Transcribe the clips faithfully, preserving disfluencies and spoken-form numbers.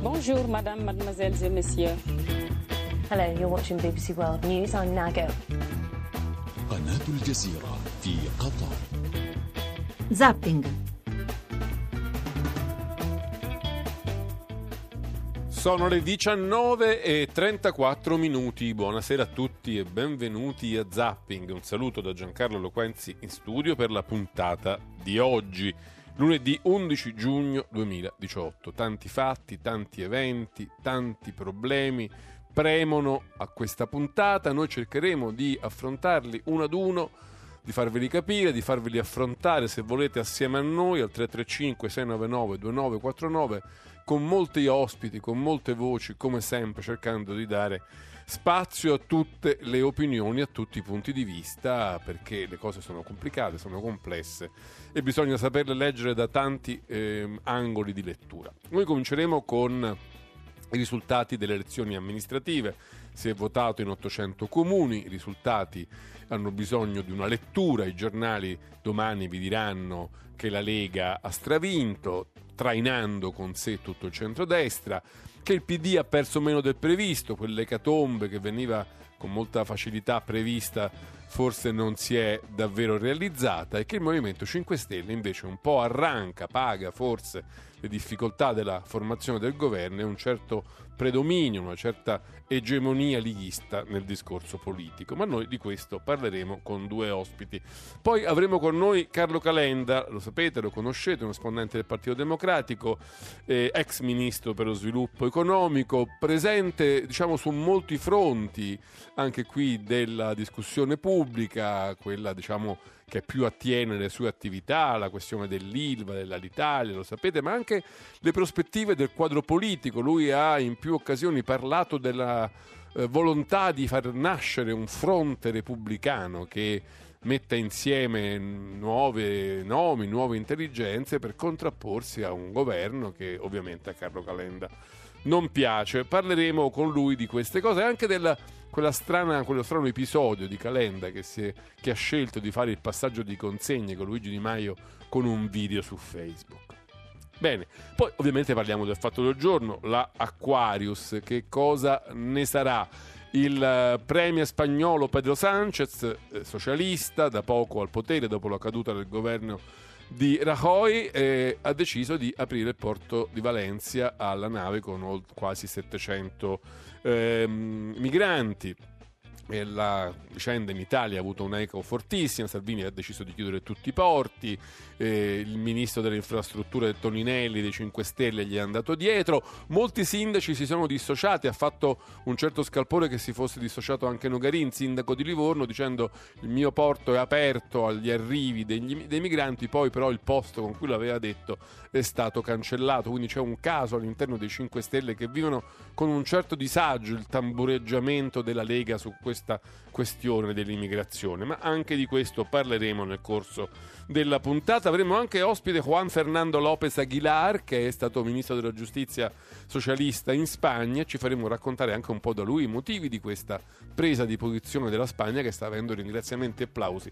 Bonjour, madame, mademoiselles et messieurs. Hello, you're watching B B C World News. I'm Nago. قناة الجزيرة في قطر. Zapping. Sono le diciannove e trentaquattro minuti. Buonasera a tutti e benvenuti a Zapping. Un saluto da Giancarlo Loquenzi in studio per la puntata di oggi, lunedì undici giugno duemiladiciotto. Tanti fatti, tanti eventi, tanti problemi premono a questa puntata. Noi cercheremo di affrontarli uno ad uno, di farveli capire, di farveli affrontare, se volete, assieme a noi al tre tre cinque sei nove nove due nove quattro nove, con molti ospiti, con molte voci, come sempre, cercando di dare spazio a tutte le opinioni, a tutti i punti di vista, perché le cose sono complicate, sono complesse e bisogna saperle leggere da tanti eh, angoli di lettura. Noi cominceremo con i risultati delle elezioni amministrative. Si è votato in ottocento comuni, i risultati hanno bisogno di una lettura, i giornali domani vi diranno che la Lega ha stravinto, trainando con sé tutto il centrodestra, che il P D ha perso meno del previsto, quell'ecatombe che veniva con molta facilità prevista forse non si è davvero realizzata, e che il Movimento cinque Stelle invece un po' arranca, paga forse le difficoltà della formazione del governo e un certo predominio, una certa egemonia leghista nel discorso politico. Ma noi di questo parleremo con due ospiti. Poi avremo con noi Carlo Calenda, lo sapete, lo conoscete, uno esponente del Partito Democratico, eh, ex ministro per lo sviluppo economico, presente diciamo su molti fronti anche qui della discussione pubblica, quella diciamo che più attiene alle sue attività, la questione dell'Ilva, dell'Alitalia, lo sapete, ma anche le prospettive del quadro politico. Lui ha in più occasioni parlato della eh, volontà di far nascere un fronte repubblicano che metta insieme nuove nomi, nuove intelligenze per contrapporsi a un governo che ovviamente a Carlo Calenda non piace. Parleremo con lui di queste cose, anche della quella strana, quello strano episodio di Calenda che, si è, che ha scelto di fare il passaggio di consegne con Luigi Di Maio con un video su Facebook. Bene, poi ovviamente parliamo del fatto del giorno, la Aquarius, che cosa ne sarà? Il premier spagnolo Pedro Sánchez, eh, socialista, da poco al potere dopo la caduta del governo di Rajoy, eh, ha deciso di aprire il porto di Valencia alla nave con quasi settecento eh, migranti. E la vicenda in Italia ha avuto un'eco fortissima. Salvini ha deciso di chiudere tutti i porti, eh, il ministro delle infrastrutture Toninelli dei cinque Stelle gli è andato dietro, molti sindaci si sono dissociati. Ha fatto un certo scalpore che si fosse dissociato anche Nogarin, sindaco di Livorno, dicendo il mio porto è aperto agli arrivi degli, dei migranti, poi però il posto con cui l'aveva detto è stato cancellato. Quindi c'è un caso all'interno dei cinque Stelle che vivono con un certo disagio il tambureggiamento della Lega su questo questa questione dell'immigrazione, ma anche di questo parleremo nel corso della puntata. Avremo anche ospite Juan Fernando López Aguilar, che è stato ministro della giustizia socialista in Spagna. Ci faremo raccontare anche un po' da lui i motivi di questa presa di posizione della Spagna, che sta avendo ringraziamenti e applausi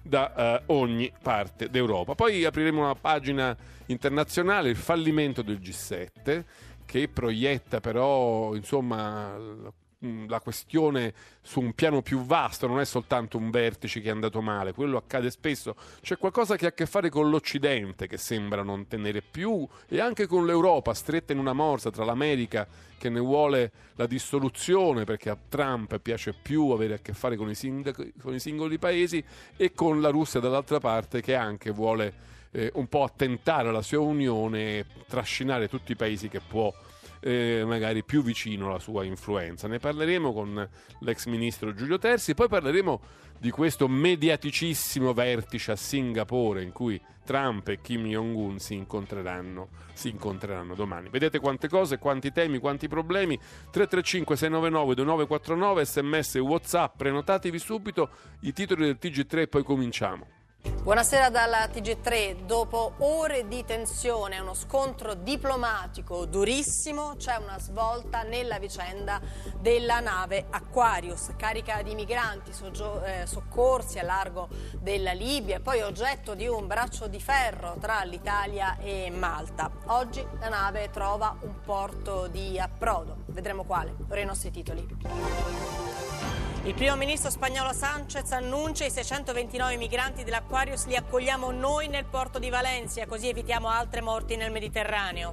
da uh, ogni parte d'Europa. Poi apriremo una pagina internazionale, il fallimento del G sette, che proietta però insomma la questione su un piano più vasto. Non è soltanto un vertice che è andato male, quello accade spesso, c'è qualcosa che ha a che fare con l'Occidente che sembra non tenere più, e anche con l'Europa stretta in una morsa tra l'America che ne vuole la dissoluzione perché a Trump piace più avere a che fare con i, sindac- con i singoli paesi, e con la Russia dall'altra parte che anche vuole eh, un po' attentare alla sua unione e trascinare tutti i paesi che può Eh, magari più vicino alla sua influenza. Ne parleremo con l'ex ministro Giulio Terzi. Poi parleremo di questo mediaticissimo vertice a Singapore in cui Trump e Kim Jong-un si incontreranno si incontreranno domani. Vedete quante cose, quanti temi, quanti problemi. Tre tre cinque sei nove nove due nove quattro nove, sms, WhatsApp, prenotatevi subito i titoli del T G tre e poi cominciamo. Buonasera dalla T G tre. Dopo ore di tensione, uno scontro diplomatico durissimo, c'è una svolta nella vicenda della nave Aquarius, carica di migranti soggio- eh, soccorsi a largo della Libia e poi oggetto di un braccio di ferro tra l'Italia e Malta. Oggi la nave trova un porto di approdo. Vedremo quale. Ora i nostri titoli. Il primo ministro spagnolo Sánchez annuncia i seicentoventinove migranti dell'Aquarius li accogliamo noi nel porto di Valencia, così evitiamo altre morti nel Mediterraneo.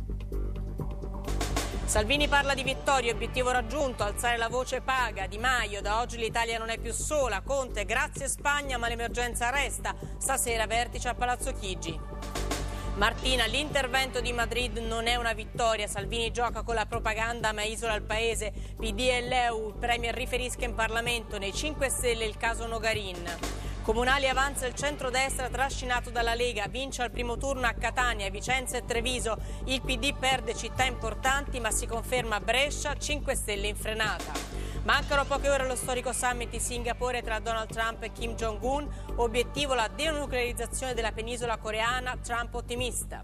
Salvini parla di vittoria, obiettivo raggiunto, alzare la voce paga. Di Maio, da oggi l'Italia non è più sola. Conte, grazie Spagna, ma l'emergenza resta. Stasera vertice a Palazzo Chigi. Martina, l'intervento di Madrid non è una vittoria, Salvini gioca con la propaganda ma isola il paese, P D e L E U, il Premier riferisca in Parlamento, nei cinque Stelle il caso Nogarin. Comunali avanza il centrodestra trascinato dalla Lega, vince al primo turno a Catania, Vicenza e Treviso, il P D perde città importanti ma si conferma Brescia, cinque Stelle in frenata. Mancano poche ore allo storico summit di Singapore tra Donald Trump e Kim Jong-un, obiettivo la denuclearizzazione della penisola coreana, Trump ottimista.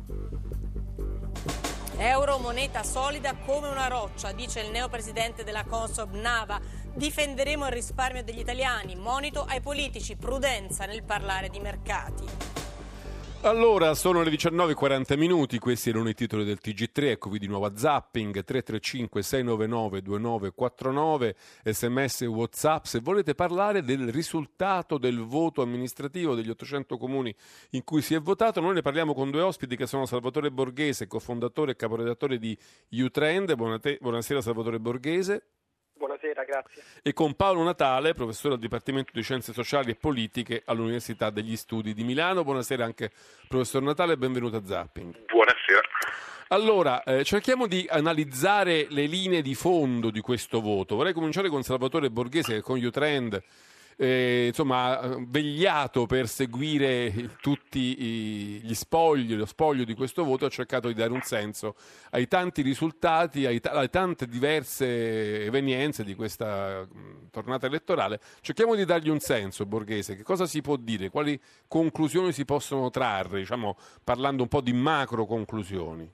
Euro moneta solida come una roccia, dice il neopresidente della Consob Nava. Difenderemo il risparmio degli italiani, monito ai politici, prudenza nel parlare di mercati. Allora, sono le diciannove e quaranta minuti, questi erano i titoli del T G tre, eccovi di nuovo a Zapping, tre tre cinque sei nove nove due nove quattro nove, sms e WhatsApp, se volete parlare del risultato del voto amministrativo degli ottocento comuni in cui si è votato. Noi ne parliamo con due ospiti che sono Salvatore Borghese, cofondatore e caporedattore di U-Trend. Buonate- buonasera Salvatore Borghese. Buonasera, grazie. E con Paolo Natale, professore al Dipartimento di Scienze Sociali e Politiche all'Università degli Studi di Milano. Buonasera anche professor Natale, benvenuto a Zapping. Buonasera. Allora, eh, cerchiamo di analizzare le linee di fondo di questo voto. Vorrei cominciare con Salvatore Borghese, che con U-Trend eh, insomma, ha vegliato per seguire tutti i, gli spogli, lo spoglio di questo voto, ha cercato di dare un senso ai tanti risultati, ai, alle tante diverse evenienze di questa mh, tornata elettorale. Cerchiamo di dargli un senso, Borghese. Che cosa si può dire? Quali conclusioni si possono trarre, diciamo, parlando un po' di macro conclusioni?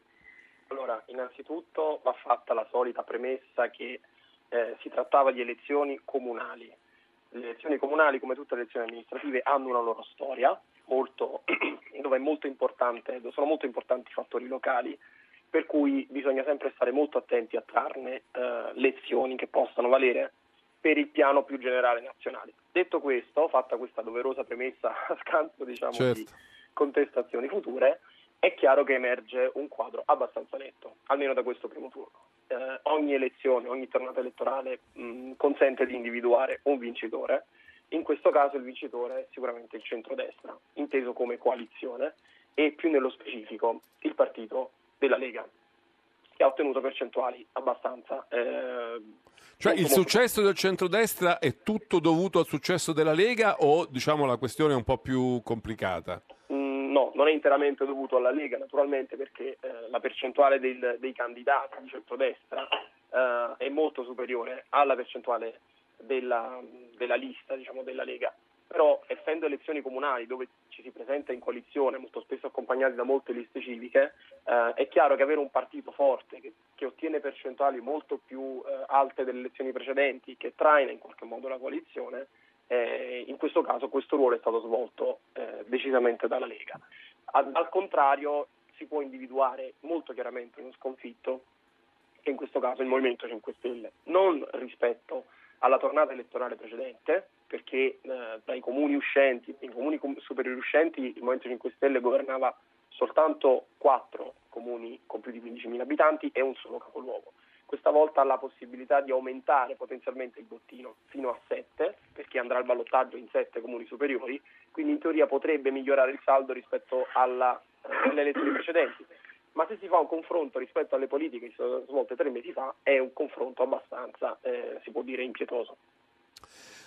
Allora, innanzitutto va fatta la solita premessa che eh, si trattava di elezioni comunali. Le elezioni comunali, come tutte le elezioni amministrative, hanno una loro storia, molto, dove è molto importante, dove sono molto importanti i fattori locali, per cui bisogna sempre stare molto attenti a trarne eh, lezioni che possano valere per il piano più generale nazionale. Detto questo, fatta questa doverosa premessa a scanso, diciamo, certo, di contestazioni future, è chiaro che emerge un quadro abbastanza netto, almeno da questo primo turno. Eh, ogni elezione, ogni tornata elettorale mh, consente di individuare un vincitore. In questo caso il vincitore è sicuramente il centrodestra, inteso come coalizione, e più nello specifico il partito della Lega, che ha ottenuto percentuali abbastanza... Eh, cioè molto, il successo molto... del centrodestra è tutto dovuto al successo della Lega o, diciamo, la questione è un po' più complicata? No, non è interamente dovuto alla Lega, naturalmente, perché eh, la percentuale del, dei candidati di centrodestra eh, è molto superiore alla percentuale della, della lista, diciamo, della Lega. Però, essendo elezioni comunali dove ci si presenta in coalizione, molto spesso accompagnati da molte liste civiche, eh, è chiaro che avere un partito forte che, che ottiene percentuali molto più eh, alte delle elezioni precedenti, che traina in qualche modo la coalizione, Eh, in questo caso questo ruolo è stato svolto eh, decisamente dalla Lega. Al, al contrario, si può individuare molto chiaramente uno sconfitto, che in questo caso è il Movimento cinque Stelle, non rispetto alla tornata elettorale precedente, perché eh, dai comuni uscenti, i comuni com- superiori uscenti, il Movimento cinque Stelle governava soltanto quattro comuni con più di quindicimila abitanti e un solo capoluogo. Questa volta ha la possibilità di aumentare potenzialmente il bottino fino a sette, perché andrà al ballottaggio in sette comuni superiori, quindi in teoria potrebbe migliorare il saldo rispetto alla, eh, alle elezioni precedenti. Ma se si fa un confronto rispetto alle politiche che si sono svolte tre mesi fa, è un confronto abbastanza, eh, si può dire, impietoso.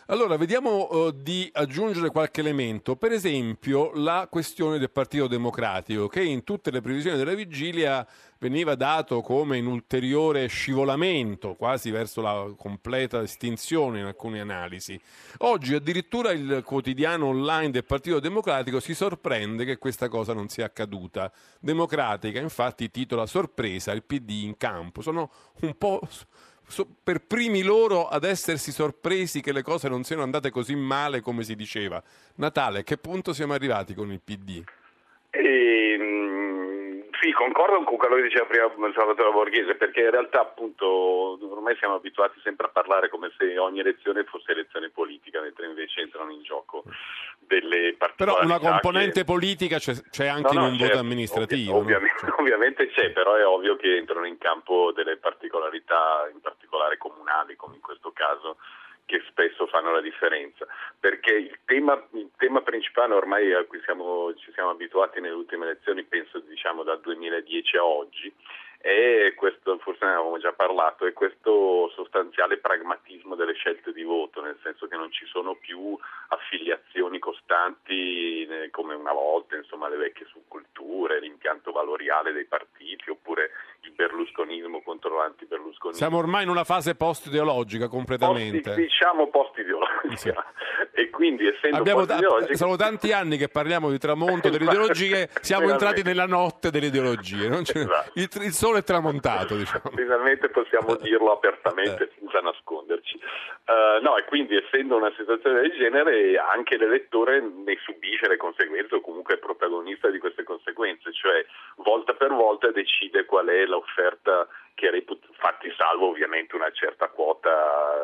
Allora, vediamo uh, di aggiungere qualche elemento. Per esempio, la questione del Partito Democratico, che in tutte le previsioni della vigilia veniva dato come in ulteriore scivolamento, quasi verso la completa estinzione in alcune analisi. Oggi addirittura il quotidiano online del Partito Democratico si sorprende che questa cosa non sia accaduta. Democratica, infatti, titola "Sorpresa, il P D in campo". Sono un po' per primi loro ad essersi sorpresi che le cose non siano andate così male come si diceva. Natale, a che punto siamo arrivati con il P D? Ehm, sì, concordo con quello che diceva prima Salvatore Borghese, perché in realtà appunto ormai siamo abituati sempre a parlare come se ogni elezione fosse elezione politica, mentre invece entrano in gioco delle particolarità. Però una componente che... politica c'è, c'è anche no, no, in un certo, voto amministrativo. Ovvi- ovviamente, no? cioè... ovviamente c'è, però è ovvio che entrano in campo delle particolarità, in particolare comunali, come in questo caso, che spesso fanno la differenza, perché il tema, il tema principale ormai a cui siamo, ci siamo abituati nelle ultime elezioni, penso diciamo dal duemiladieci a oggi, è questo, forse ne avevamo già parlato, è questo sostanziale pragmatismo delle scelte di voto, nel senso che non ci sono più affiliazioni costanti eh, come una volta, insomma le vecchie subculture, l'impianto valoriale dei partiti, oppure il berlusconismo contro l'antiberlusconismo. Siamo ormai in una fase post-ideologica completamente. Post, diciamo post-ideologica. Sì. E quindi essendo Abbiamo post-ideologica... t- sono tanti anni che parliamo di tramonto delle ideologie, siamo entrati nella notte delle ideologie. Non c'è... Esatto. il, il sole è tramontato, diciamo. Finalmente possiamo dirlo apertamente senza nasconderci. Uh, no, e quindi essendo una situazione del genere, anche l'elettore ne subisce le conseguenze, o comunque è protagonista di queste conseguenze, cioè volta per volta decide qual è l'offerta che reputa, fatti salvo ovviamente una certa quota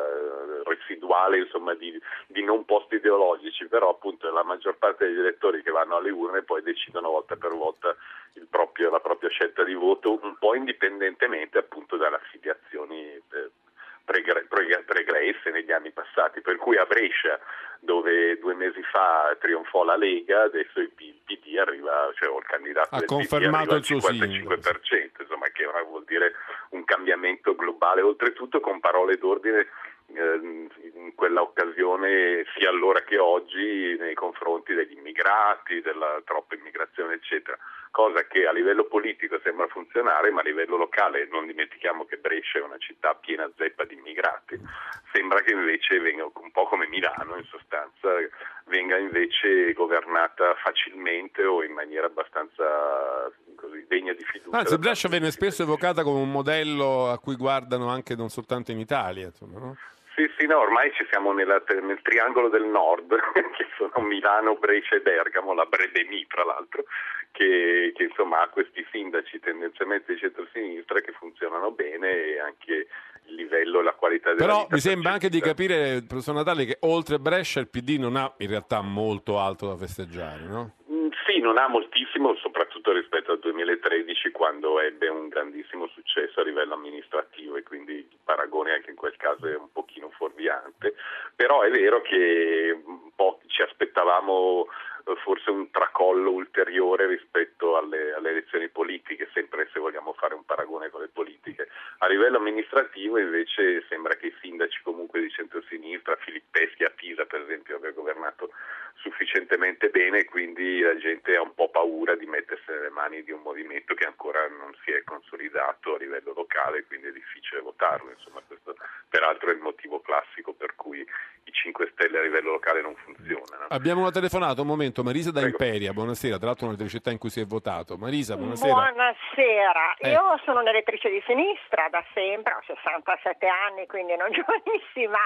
residuale, insomma, di, di non posti ideologici, però appunto la maggior parte degli elettori che vanno alle urne poi decidono volta per volta il proprio, la propria scelta di voto, un po' indipendentemente appunto dalle affiliazioni pregre, pregre, pregresse negli anni passati, per cui a Brescia, dove due mesi fa trionfò la Lega, adesso il P D arriva, cioè o il candidato ha del confermato P D arriva al cinquantacinque per cento, insomma, che vuol dire un cambiamento globale, oltretutto con parole d'ordine eh, in quella occasione sia allora che oggi nei confronti degli immigrati, della troppa immigrazione eccetera, cosa che a livello politico sembra funzionare, ma a livello locale, non dimentichiamo che Brescia è una città piena zeppa di immigrati, sembra che invece venga un po' come Milano in sostanza, venga invece governata facilmente o in maniera abbastanza così degna di fiducia. Anzi, Brescia viene spesso evocata come un modello a cui guardano anche non soltanto in Italia, insomma, no? Sì, sì, no, ormai ci siamo nella, nel triangolo del nord, che sono Milano, Brescia e Bergamo, la Bredemì tra l'altro, che, che insomma ha questi sindaci tendenzialmente di centrosinistra che funzionano bene e anche il livello e la qualità della Però vita. mi sembra anche di capire, professor Natale, che oltre Brescia il P D non ha in realtà molto altro da festeggiare, no? Sì, non ha moltissimo, soprattutto rispetto al duemilatredici, quando ebbe un grandissimo successo a livello amministrativo, e quindi il paragone anche in quel caso è un pochino fuorviante, però è vero che un po' ci aspettavamo forse un tracollo ulteriore rispetto alle, alle elezioni politiche, sempre se vogliamo fare un paragone con le politiche. A livello amministrativo invece sembra che i sindaci comunque di centrosinistra, Filippeschi a Pisa per esempio, abbia governato sufficientemente bene, quindi la gente ha un po' paura di mettersi nelle mani di un movimento che ancora non si è consolidato a livello locale, quindi è difficile votarlo. Insomma, questo peraltro è il motivo classico per cui i cinque Stelle a livello locale non funzionano. Abbiamo una telefonata, un momento, Marisa da Prego. Imperia, buonasera, tra l'altro una delle città in cui si è votato. Marisa, buonasera. Buonasera, Eh. io sono un'elettrice di sinistra da sempre, ho sessantasette anni, quindi non giovanissima,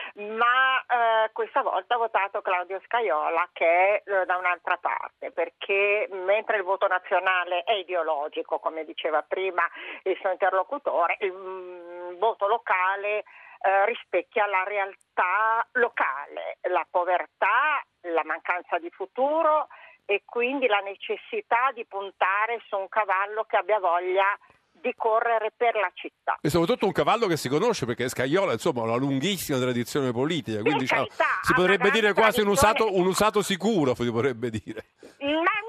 ma eh, questa volta ho votato Claudio Scajola, che è eh, da un'altra parte, perché mentre il voto nazionale è ideologico, come diceva prima il suo interlocutore, il mm, voto locale eh, rispecchia la realtà locale, la povertà, la mancanza di futuro e quindi la necessità di puntare su un cavallo che abbia voglia di correre per la città. E soprattutto un cavallo che si conosce, perché Scajola insomma ha una lunghissima tradizione politica, quindi diciamo, carità, si ha potrebbe una dire grande quasi un usato, tradizione. un usato sicuro, si potrebbe dire. Ma non è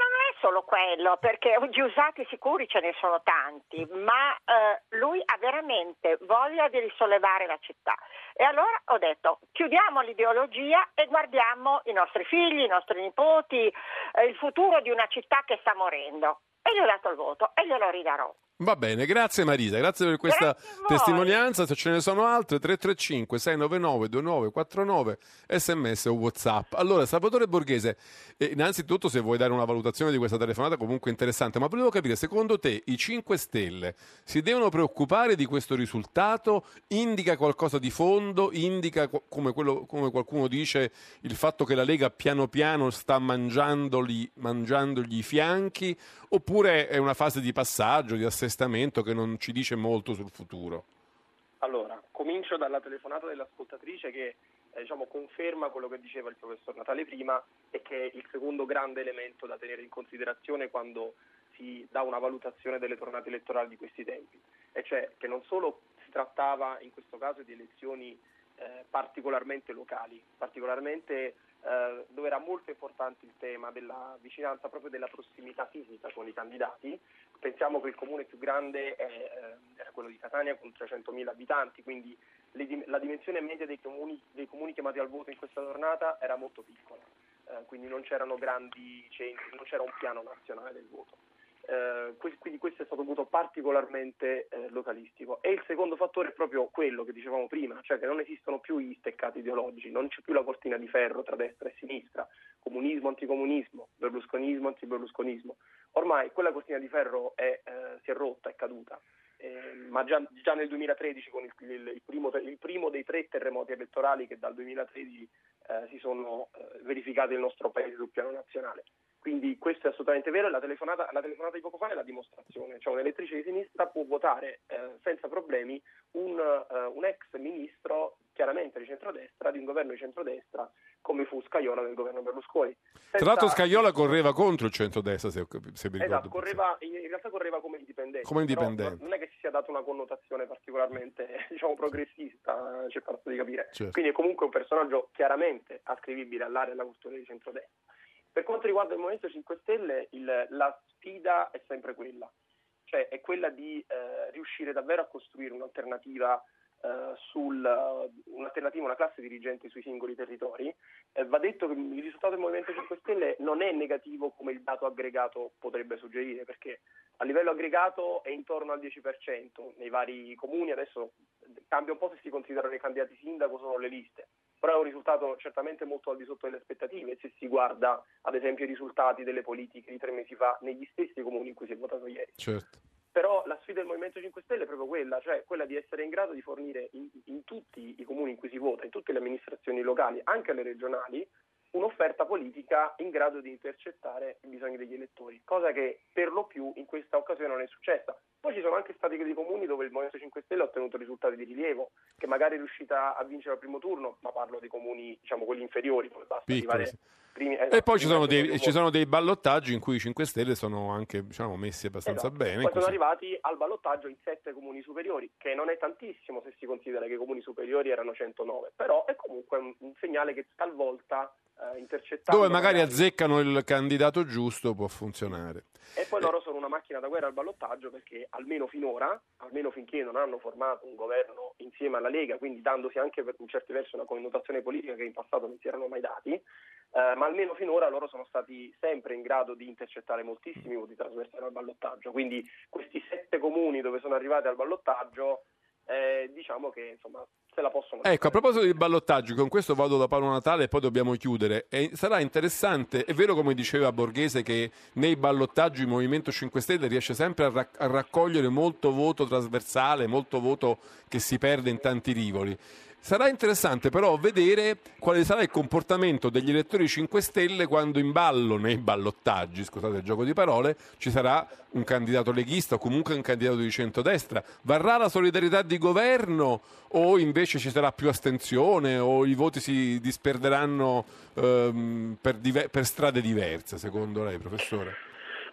solo quello, perché di usati sicuri ce ne sono tanti, ma eh, lui ha veramente voglia di risollevare la città. E allora ho detto, chiudiamo l'ideologia e guardiamo i nostri figli, i nostri nipoti, eh, il futuro di una città che sta morendo. E gli ho dato il voto e glielo ridarò. Va bene, grazie Marisa, grazie per questa grazie testimonianza. Se ce ne sono altre, tre tre cinque sei nove nove due nove quattro nove, sms o WhatsApp. Allora, Salvatore Borghese, eh, innanzitutto se vuoi dare una valutazione di questa telefonata comunque interessante, ma volevo capire, secondo te i cinque Stelle si devono preoccupare di questo risultato? Indica qualcosa di fondo? Indica, come, quello, come qualcuno dice, il fatto che la Lega piano piano sta mangiandoli, mangiandogli i fianchi? Oppure è una fase di passaggio, di assestamento che non ci dice molto sul futuro? Allora, comincio dalla telefonata dell'ascoltatrice che eh, diciamo, conferma quello che diceva il professor Natale prima e che è il secondo grande elemento da tenere in considerazione quando si dà una valutazione delle tornate elettorali di questi tempi, e cioè che non solo si trattava in questo caso di elezioni eh, particolarmente locali, particolarmente eh, dove era molto importante il tema della vicinanza, proprio della prossimità fisica con i candidati. Pensiamo che il comune più grande è, eh, era quello di Catania con trecentomila abitanti, quindi le, la dimensione media dei comuni, dei comuni chiamati al voto in questa tornata era molto piccola, eh, quindi non c'erano grandi centri, non c'era un piano nazionale del voto. Eh, quindi questo è stato un voto particolarmente eh, localistico. E il secondo fattore è proprio quello che dicevamo prima, cioè che non esistono più gli steccati ideologici, non c'è più la cortina di ferro tra destra e sinistra, comunismo, anticomunismo, berlusconismo, antiberlusconismo. Ormai quella cortina di ferro è, eh, si è rotta, è caduta, eh, ma già, già nel duemilatredici con il, il, il, primo, il primo dei tre terremoti elettorali che dal duemilatredici eh, si sono eh, verificati nel nostro paese sul piano nazionale. Quindi questo è assolutamente vero, e la telefonata, la telefonata di poco fa è la dimostrazione, cioè un'elettrice di sinistra può votare eh, senza problemi un, uh, un ex ministro chiaramente di centrodestra, di un governo di centrodestra, come fu Scajola del governo Berlusconi. Senza... Tra l'altro Scajola correva contro il centrodestra, se, se mi ricordo. Esatto, correva, in realtà correva come indipendente. Come indipendente. Non è che si sia data una connotazione particolarmente, diciamo, progressista, c'è fatto di capire. Certo. Quindi è comunque un personaggio chiaramente ascrivibile all'area della cultura di centrodestra. Per quanto riguarda il Movimento cinque Stelle, il, la sfida è sempre quella, cioè è quella di eh, riuscire davvero a costruire un'alternativa, eh, sul, uh, un'alternativa, una classe dirigente sui singoli territori. Eh, va detto che il risultato del Movimento cinque Stelle non è negativo come il dato aggregato potrebbe suggerire, perché a livello aggregato è intorno al dieci per cento nei vari comuni. Adesso cambia un po' se si considerano i candidati sindaco o solo le liste. Però è un risultato certamente molto al di sotto delle aspettative se si guarda ad esempio i risultati delle politiche di tre mesi fa negli stessi comuni in cui si è votato ieri. Certo. Però la sfida del Movimento cinque Stelle è proprio quella, cioè quella di essere in grado di fornire in, in tutti i comuni in cui si vota, in tutte le amministrazioni locali, anche alle regionali, un'offerta politica in grado di intercettare i bisogni degli elettori, cosa che per lo più in questa occasione non è successa. Poi ci sono anche stati dei comuni dove il Movimento cinque Stelle ha ottenuto risultati di rilievo, che magari è riuscita a vincere al primo turno, ma parlo dei comuni, diciamo, quelli inferiori, dove basta piccoli, arrivare... Sì. Primi, esatto, e poi ci sono, dei, ci sono dei ballottaggi in cui i cinque Stelle sono anche, diciamo, messi abbastanza esatto. bene. Poi così. Sono arrivati al ballottaggio in sette comuni superiori, che non è tantissimo se si considera che i comuni superiori erano centonove, però è comunque un, un segnale che talvolta eh, intercettando... Dove magari, magari azzeccano il candidato giusto può funzionare. E poi loro sono una macchina da guerra al ballottaggio, perché almeno finora, almeno finché non hanno formato un governo insieme alla Lega, quindi dandosi anche per un certo verso una connotazione politica che in passato non si erano mai dati, Uh, ma almeno finora loro sono stati sempre in grado di intercettare moltissimi voti trasversali al ballottaggio. Quindi questi sette comuni dove sono arrivati al ballottaggio, eh, diciamo che insomma se la possono fare. Ecco, a proposito di ballottaggio, con questo vado da Paolo Natale e poi dobbiamo chiudere. E sarà interessante, è vero come diceva Borghese che nei ballottaggi il Movimento cinque Stelle riesce sempre a, rac- a raccogliere molto voto trasversale, molto voto che si perde in tanti rivoli. Sarà interessante però vedere quale sarà il comportamento degli elettori cinque Stelle quando in ballo, nei ballottaggi, scusate il gioco di parole, ci sarà un candidato leghista o comunque un candidato di centrodestra. Varrà la solidarietà di governo o invece ci sarà più astensione o i voti si disperderanno ehm, per, diver- per strade diverse, secondo lei, professore?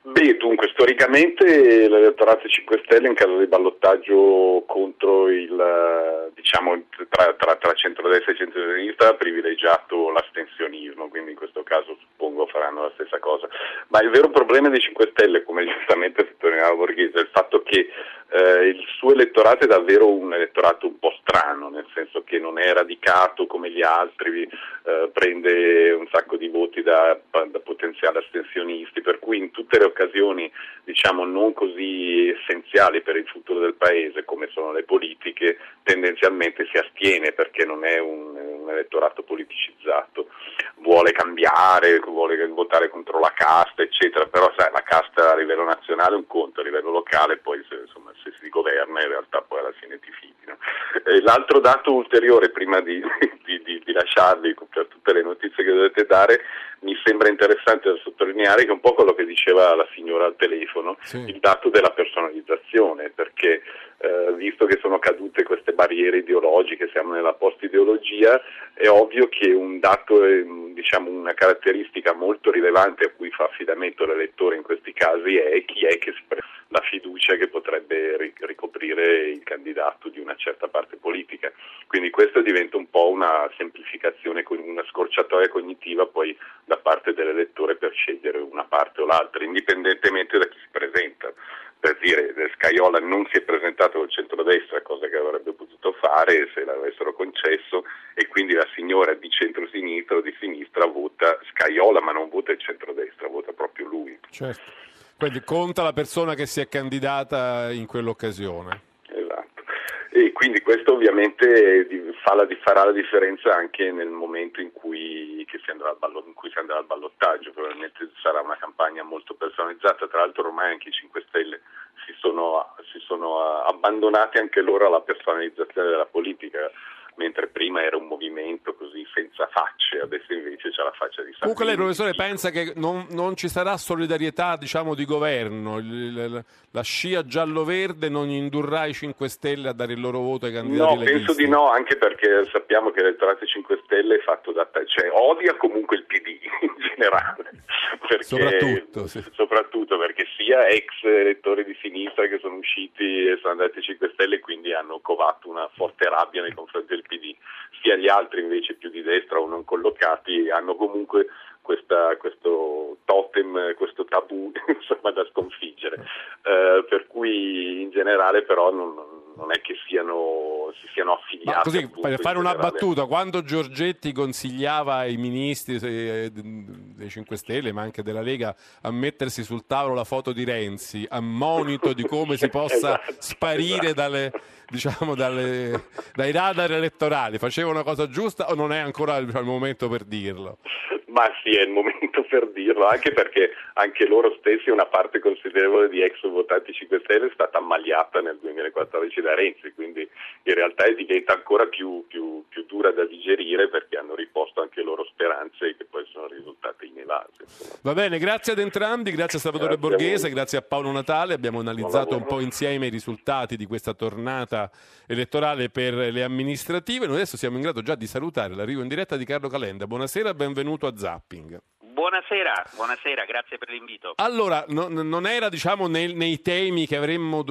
Beh, dunque, storicamente l'elettorato cinque Stelle in caso di ballottaggio contro il, diciamo, tra, tra, tra centrodestra e centrosinistra ha privilegiato l'astensionismo, quindi in questo caso suppongo faranno la stessa cosa. Ma il vero problema dei cinque Stelle, come giustamente sottolineava Borghese, è il fatto che eh, il suo elettorato è davvero un elettorato un po' strano, nel senso che non è radicato come gli altri, eh, prende un sacco di voti da, da potenziali astensionisti, per cui in tutte le occasioni, diciamo, non così essenziali per il futuro del paese come sono le politiche, tendenzialmente si astiene perché non è un, un elettorato politicizzato. Vuole cambiare, vuole votare contro la casta, eccetera, però sai, la casta a livello nazionale è un conto, a livello locale poi se, insomma, se si governa in realtà poi alla fine ti fidi, no? Eh, l'altro dato ulteriore, prima di, di, di, di lasciarvi per tutte le notizie che dovete dare, mi sembra interessante da sottolineare che è un po' quello che diceva la signora al telefono, sì. Il dato della personalizzazione, perché eh, visto che sono cadute queste barriere ideologiche, siamo nella post-ideologia, è ovvio che un dato, è, diciamo, una caratteristica molto rilevante a cui fa affidamento l'elettore in questi casi è chi è che esprime la fiducia che potrebbe ricoprire il candidato di una certa parte politica. Quindi questo diventa un po' una semplificazione, una scorciatoia cognitiva poi da parte dell'elettore per scegliere una parte o l'altra, indipendentemente da chi si presenta. Per dire, Scajola non si è presentato col centrodestra, cosa che avrebbe potuto fare se l'avessero concesso, e quindi la signora di centrosinistra o di sinistra vota Scajola, ma non vota il centrodestra, vota proprio lui. Certo. Quindi conta la persona che si è candidata in quell'occasione. Esatto. E quindi questo ovviamente fa la, farà la differenza anche nel momento in cui, che si andrà al ballo, in cui si andrà al ballottaggio. Probabilmente sarà una campagna molto personalizzata, tra l'altro ormai anche i cinque Stelle si sono, si sono abbandonati anche loro alla personalizzazione della politica, mentre prima era un movimento così senza facce, adesso invece c'è la faccia di Salvini. Comunque lei, professore, pensa che non, non ci sarà solidarietà, diciamo, di governo, il, il, la scia giallo-verde non indurrà i cinque Stelle a dare il loro voto ai candidati leghisti? No, penso di no, anche perché sappiamo che l'elettorato cinque Stelle è fatto da, cioè odia comunque il P D in generale, perché, soprattutto, sì. soprattutto perché sia ex elettori di sinistra che sono usciti e sono andati ai cinque Stelle e quindi hanno covato una forte rabbia nei confronti del P D, sia gli altri invece più di destra o non collocati hanno comunque questa, questo totem, questo tabù insomma da sconfiggere, uh, per cui in generale però non, non è che siano, si siano affiliati. Ma così, per fare una battuta, quando Giorgetti consigliava ai ministri dei cinque Stelle ma anche della Lega a mettersi sul tavolo la foto di Renzi a monito di come si possa esatto, sparire esatto. dalle diciamo dalle, dai radar elettorali, faceva una cosa giusta o non è ancora il, il momento per dirlo? Ma sì, è il momento per dirlo, anche perché anche loro stessi, una parte considerevole di ex votanti cinque Stelle è stata ammaliata nel duemilaquattordici da Renzi, quindi in realtà diventa ancora più, più, più dura da digerire perché hanno riposto anche loro speranze che poi sono risultate inevase. Va bene, grazie ad entrambi, grazie a Salvatore grazie Borghese, a grazie a Paolo Natale, abbiamo analizzato un po' insieme i risultati di questa tornata elettorale per le amministrative. Noi adesso siamo in grado già di salutare l'arrivo in diretta di Carlo Calenda. Buonasera, benvenuto a Zapping. Buonasera, buonasera, grazie per l'invito. Allora, no, non era diciamo nei, nei temi che avremmo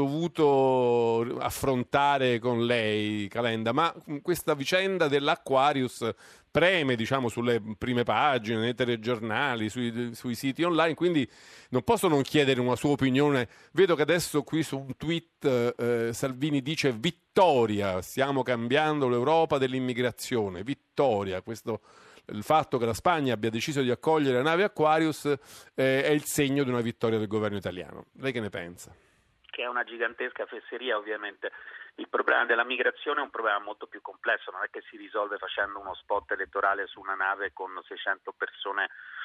dovuto affrontare con lei, Calenda, ma questa vicenda dell'Aquarius preme diciamo sulle prime pagine, nei telegiornali, sui, sui siti online, quindi non posso non chiedere una sua opinione. Vedo che adesso qui su un tweet eh, Salvini dice vittoria, stiamo cambiando l'Europa dell'immigrazione, vittoria, questo il fatto che la Spagna abbia deciso di accogliere la nave Aquarius eh, è il segno di una vittoria del governo italiano. Lei che ne pensa? Che è una gigantesca fesseria, ovviamente. Il problema della migrazione è un problema molto più complesso, non è che si risolve facendo uno spot elettorale su una nave con seicento persone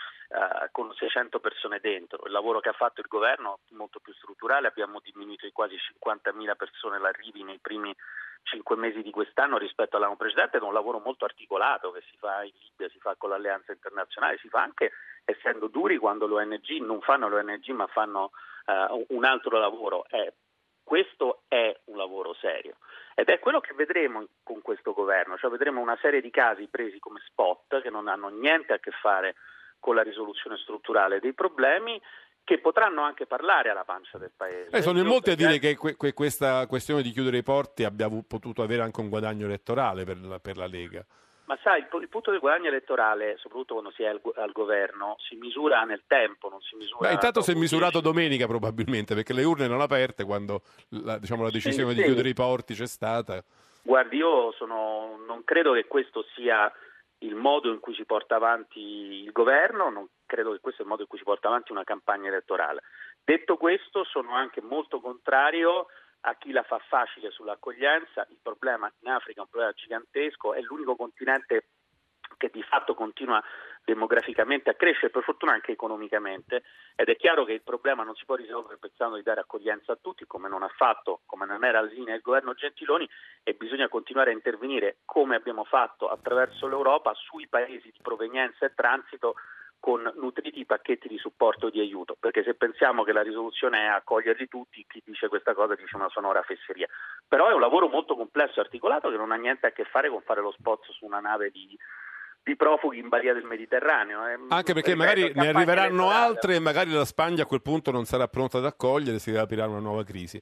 Uh, con seicento persone dentro. Il lavoro che ha fatto il governo è molto più strutturale, abbiamo diminuito di quasi cinquantamila persone l'arrivi nei primi cinque mesi di quest'anno rispetto all'anno precedente, ed è un lavoro molto articolato che si fa in Libia, si fa con l'Alleanza Internazionale, si fa anche essendo duri quando l'O N G non fanno l'O N G ma fanno uh, un altro lavoro. Eh, questo è un lavoro serio ed è quello che vedremo con questo governo, cioè vedremo una serie di casi presi come spot che non hanno niente a che fare con la risoluzione strutturale dei problemi che potranno anche parlare alla pancia del paese. Eh, sono in Io, molti a dire esempio, che que- que- questa questione di chiudere i porti abbia avu- potuto avere anche un guadagno elettorale per la, per la Lega. Ma sai, il, il punto del guadagno elettorale, soprattutto quando si è al, al governo, si misura nel tempo, non si misura... Beh, intanto si è dopo misurato dieci... domenica probabilmente, perché le urne erano aperte quando la, diciamo, la decisione sì, di sì. chiudere i porti c'è stata. Guardi, io sono, non credo che questo sia il modo in cui si porta avanti il governo, non credo che questo sia il modo in cui si porta avanti una campagna elettorale. Detto questo, sono anche molto contrario a chi la fa facile sull'accoglienza. Il problema in Africa è un problema gigantesco, è l'unico continente che di fatto continua demograficamente a crescere, per fortuna anche economicamente, ed è chiaro che il problema non si può risolvere pensando di dare accoglienza a tutti, come non ha fatto, come non era la linea del governo Gentiloni, e bisogna continuare a intervenire, come abbiamo fatto attraverso l'Europa, sui paesi di provenienza e transito, con nutriti pacchetti di supporto e di aiuto, perché se pensiamo che la risoluzione è accoglierli tutti, chi dice questa cosa dice una sonora fesseria. Però è un lavoro molto complesso e articolato che non ha niente a che fare con fare lo spot su una nave di, di profughi in balia del Mediterraneo. Eh. Anche perché Ripeto, magari ne arriveranno elettorale. altre e magari la Spagna a quel punto non sarà pronta ad accogliere, si deve aprire una nuova crisi.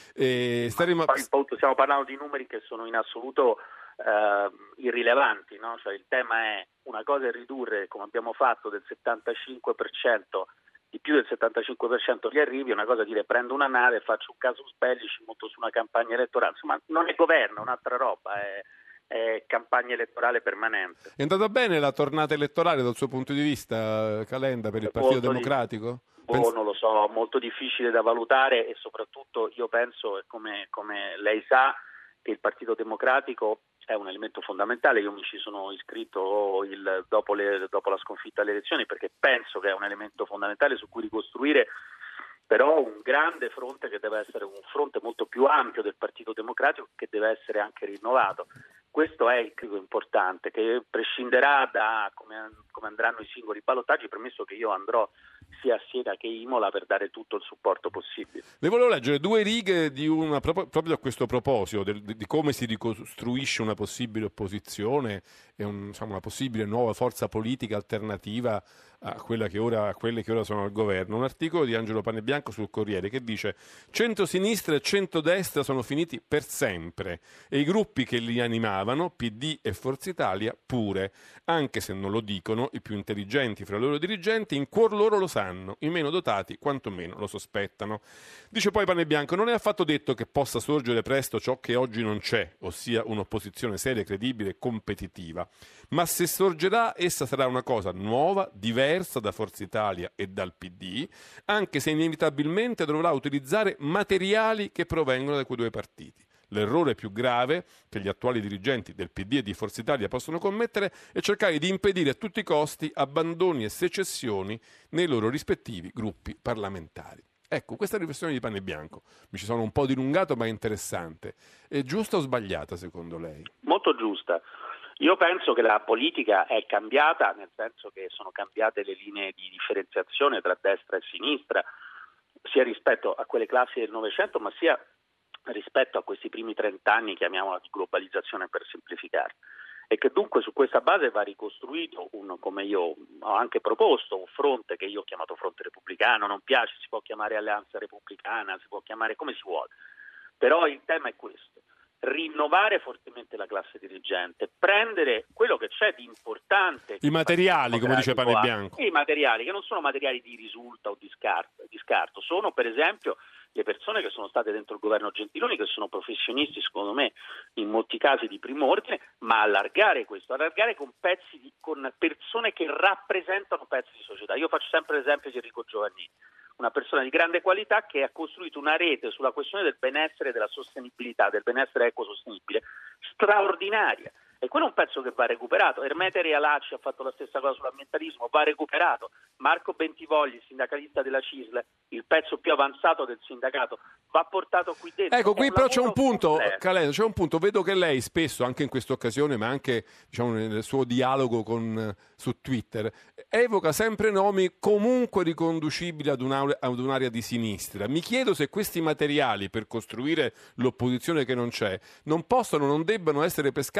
E staremo... Poi, stiamo parlando di numeri che sono in assoluto Uh, irrilevanti, no? Cioè, il tema è, una cosa è ridurre, come abbiamo fatto, del settantacinque per cento, di più del settantacinque per cento gli arrivi, una cosa è dire prendo una nave, faccio un casus belli, ci monto su una campagna elettorale, insomma non è governo, è un'altra roba, è, è campagna elettorale permanente. È andata bene la tornata elettorale dal suo punto di vista, Calenda, per il Partito Molto Democratico? Di... Boh, non lo so, molto difficile da valutare, e soprattutto io penso, come, come lei sa, che il Partito Democratico è un elemento fondamentale. Io mi ci sono iscritto il, dopo, le, dopo la sconfitta alle elezioni, perché penso che è un elemento fondamentale su cui ricostruire però un grande fronte, che deve essere un fronte molto più ampio del Partito Democratico, che deve essere anche rinnovato. Questo è il credo importante, che prescinderà da come, come andranno i singoli ballottaggi, premesso che io andrò sia a Siena che Imola per dare tutto il supporto possibile. Le volevo leggere due righe di una, proprio a questo proposito, del, di come si ricostruisce una possibile opposizione e un, insomma, una possibile nuova forza politica alternativa a, quella che ora, a quelle che ora sono al governo. Un articolo di Angelo Panebianco sul Corriere che dice: centrosinistra e centrodestra sono finiti per sempre e i gruppi che li animavano, P D e Forza Italia, pure, anche se non lo dicono i più intelligenti fra i loro dirigenti, in cuor loro lo sanno, i meno dotati quantomeno lo sospettano. Dice poi Panebianco: non è affatto detto che possa sorgere presto ciò che oggi non c'è, ossia un'opposizione seria, credibile e competitiva, ma se sorgerà essa sarà una cosa nuova, diversa da Forza Italia e dal P D, anche se inevitabilmente dovrà utilizzare materiali che provengono da quei due partiti. L'errore più grave che gli attuali dirigenti del P D e di Forza Italia possono commettere è cercare di impedire a tutti i costi abbandoni e secessioni nei loro rispettivi gruppi parlamentari. Ecco, questa riflessione di Panebianco mi ci sono un po' dilungato, ma è interessante. È giusta o sbagliata secondo lei? Molto giusta. Io penso che la politica è cambiata, nel senso che sono cambiate le linee di differenziazione tra destra e sinistra, sia rispetto a quelle classi del Novecento, ma sia rispetto a questi primi trent'anni, chiamiamola di globalizzazione per semplificare, e che dunque su questa base va ricostruito, un, come io ho anche proposto, un fronte che io ho chiamato fronte repubblicano, non piace, si può chiamare alleanza repubblicana, si può chiamare come si vuole, però il tema è questo: rinnovare fortemente la classe dirigente, prendere quello che c'è di importante, i materiali, come dice Panebianco, i materiali che non sono materiali di risulta o di scarto, di scarto, sono per esempio le persone che sono state dentro il governo Gentiloni, che sono professionisti secondo me in molti casi di primo ordine, ma allargare questo, allargare con pezzi di, con persone che rappresentano pezzi di società. Io faccio sempre l'esempio di Enrico Giovannini, una persona di grande qualità che ha costruito una rete sulla questione del benessere e della sostenibilità, del benessere ecosostenibile, straordinaria. E quello è un pezzo che va recuperato. Ermete Realacci ha fatto la stessa cosa sull'ambientalismo, va recuperato. Marco Bentivogli, sindacalista della C I S L, il pezzo più avanzato del sindacato, va portato qui dentro. Ecco, qui però c'è un punto, Calenda, c'è un punto, vedo che lei spesso, anche in questa occasione, ma anche diciamo, nel suo dialogo con, su Twitter, evoca sempre nomi comunque riconducibili ad, una, ad un'area di sinistra. Mi chiedo se questi materiali per costruire l'opposizione che non c'è non possono, non debbano essere pescati anche un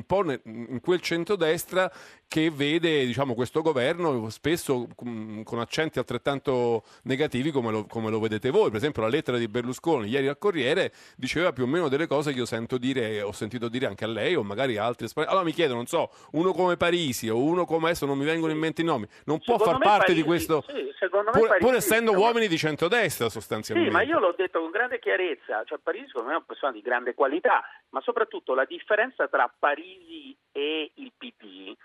un po' in quel centrodestra che vede, diciamo, questo governo spesso con accenti altrettanto negativi come lo, come lo vedete voi. Per esempio la lettera di Berlusconi ieri al Corriere diceva più o meno delle cose che io sento dire, ho sentito dire anche a lei o magari a altri esponenti. Allora mi chiedo, non so, uno come Parisi o uno come, adesso non mi vengono in mente i nomi, non può Secondo far parte Parisi, di questo, sì, secondo me pur, Parisi, pur essendo insomma, uomini di centrodestra sostanzialmente. Sì, ma io l'ho detto con grande chiarezza, cioè Parisi secondo me è una persona di grande qualità, ma soprattutto la differenza tra Parisi e il P D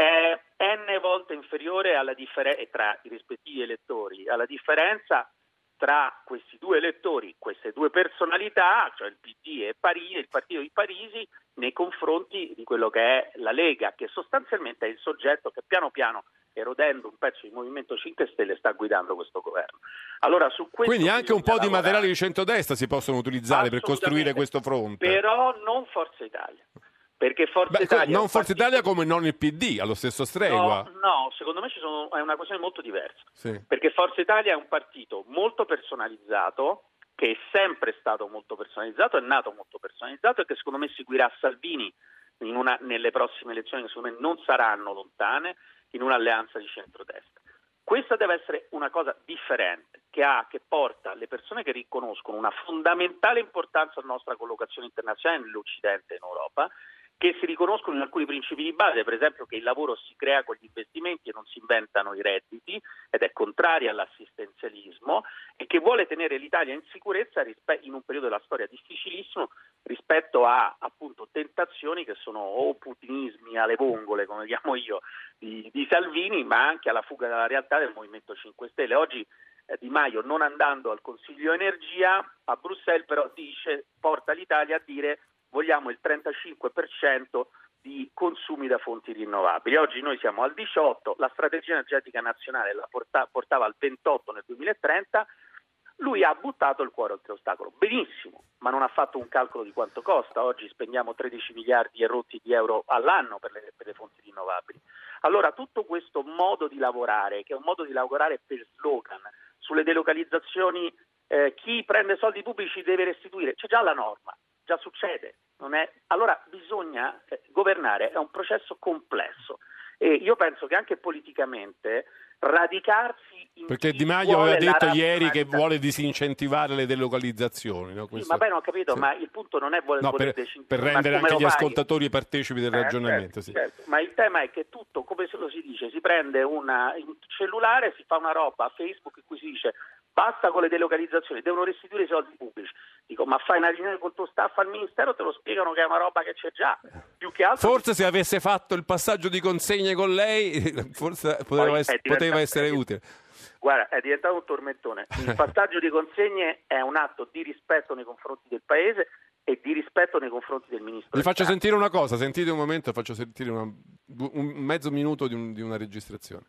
è n volte inferiore alla differenza tra i rispettivi elettori, alla differenza tra questi due elettori, queste due personalità, cioè il P D e Parisi, il partito di Parisi, nei confronti di quello che è la Lega, che sostanzialmente è il soggetto che piano piano, erodendo un pezzo di Movimento cinque Stelle, sta guidando questo governo. Allora, su questo Quindi anche un po' di lavorare. materiali di centrodestra si possono utilizzare per costruire questo fronte. Però non Forza Italia. Perché Forza Beh, Italia non Forza partito... Italia come non il P D, allo stesso stregua. No, no, secondo me ci sono, è una questione molto diversa. Sì. Perché Forza Italia è un partito molto personalizzato, che è sempre stato molto personalizzato, è nato molto personalizzato e che secondo me seguirà Salvini in una, nelle prossime elezioni, che secondo me non saranno lontane, in un'alleanza di centrodestra. Questa deve essere una cosa differente, che ha, che porta le persone che riconoscono una fondamentale importanza alla nostra collocazione internazionale nell'Occidente e in Europa, che si riconoscono in alcuni principi di base, per esempio che il lavoro si crea con gli investimenti e non si inventano i redditi, ed è contraria all'assistenzialismo, e che vuole tenere l'Italia in sicurezza in un periodo della storia difficilissimo rispetto a appunto tentazioni che sono o putinismi alle vongole, come chiamo io, di, di Salvini, ma anche alla fuga dalla realtà del Movimento cinque Stelle. Oggi eh, Di Maio, non andando al Consiglio Energia a Bruxelles, però dice, porta l'Italia a dire vogliamo il trentacinque per cento di consumi da fonti rinnovabili. Oggi noi siamo al diciotto, la strategia energetica nazionale la porta, portava al ventotto nel duemilatrenta, lui ha buttato il cuore oltre ostacolo. Benissimo, ma non ha fatto un calcolo di quanto costa. Oggi spendiamo tredici miliardi e rotti di euro all'anno per le, per le fonti rinnovabili. Allora tutto questo modo di lavorare, che è un modo di lavorare per slogan, sulle delocalizzazioni, eh, chi prende soldi pubblici deve restituire, c'è già la norma. Già succede, non è? Allora bisogna eh, governare, è un processo complesso e io penso che anche politicamente radicarsi in perché chi Di Maio vuole aveva detto la ieri che vuole disincentivare le delocalizzazioni, no? Sì, va bene, ho capito, sì. ma il punto non è voler, no, voler per, decentrare, per rendere anche gli fai? ascoltatori partecipi del eh, ragionamento. Certo, sì. certo. Ma il tema è che tutto, come se lo si dice, si prende una, un cellulare, si fa una roba a Facebook in cui si dice basta con le delocalizzazioni, devono restituire i soldi pubblici. Dico, ma fai una riunione col tuo staff al ministero, te lo spiegano che è una roba che c'è già. Più che altro. Forse se avesse fatto il passaggio di consegne con lei, forse poteva, ess- poteva essere utile. Guarda, è diventato un tormentone. Il passaggio di consegne è un atto di rispetto nei confronti del Paese e di rispetto nei confronti del ministro. Vi faccio sentire una cosa, sentite un momento, faccio sentire una, un mezzo minuto di, un, di una registrazione.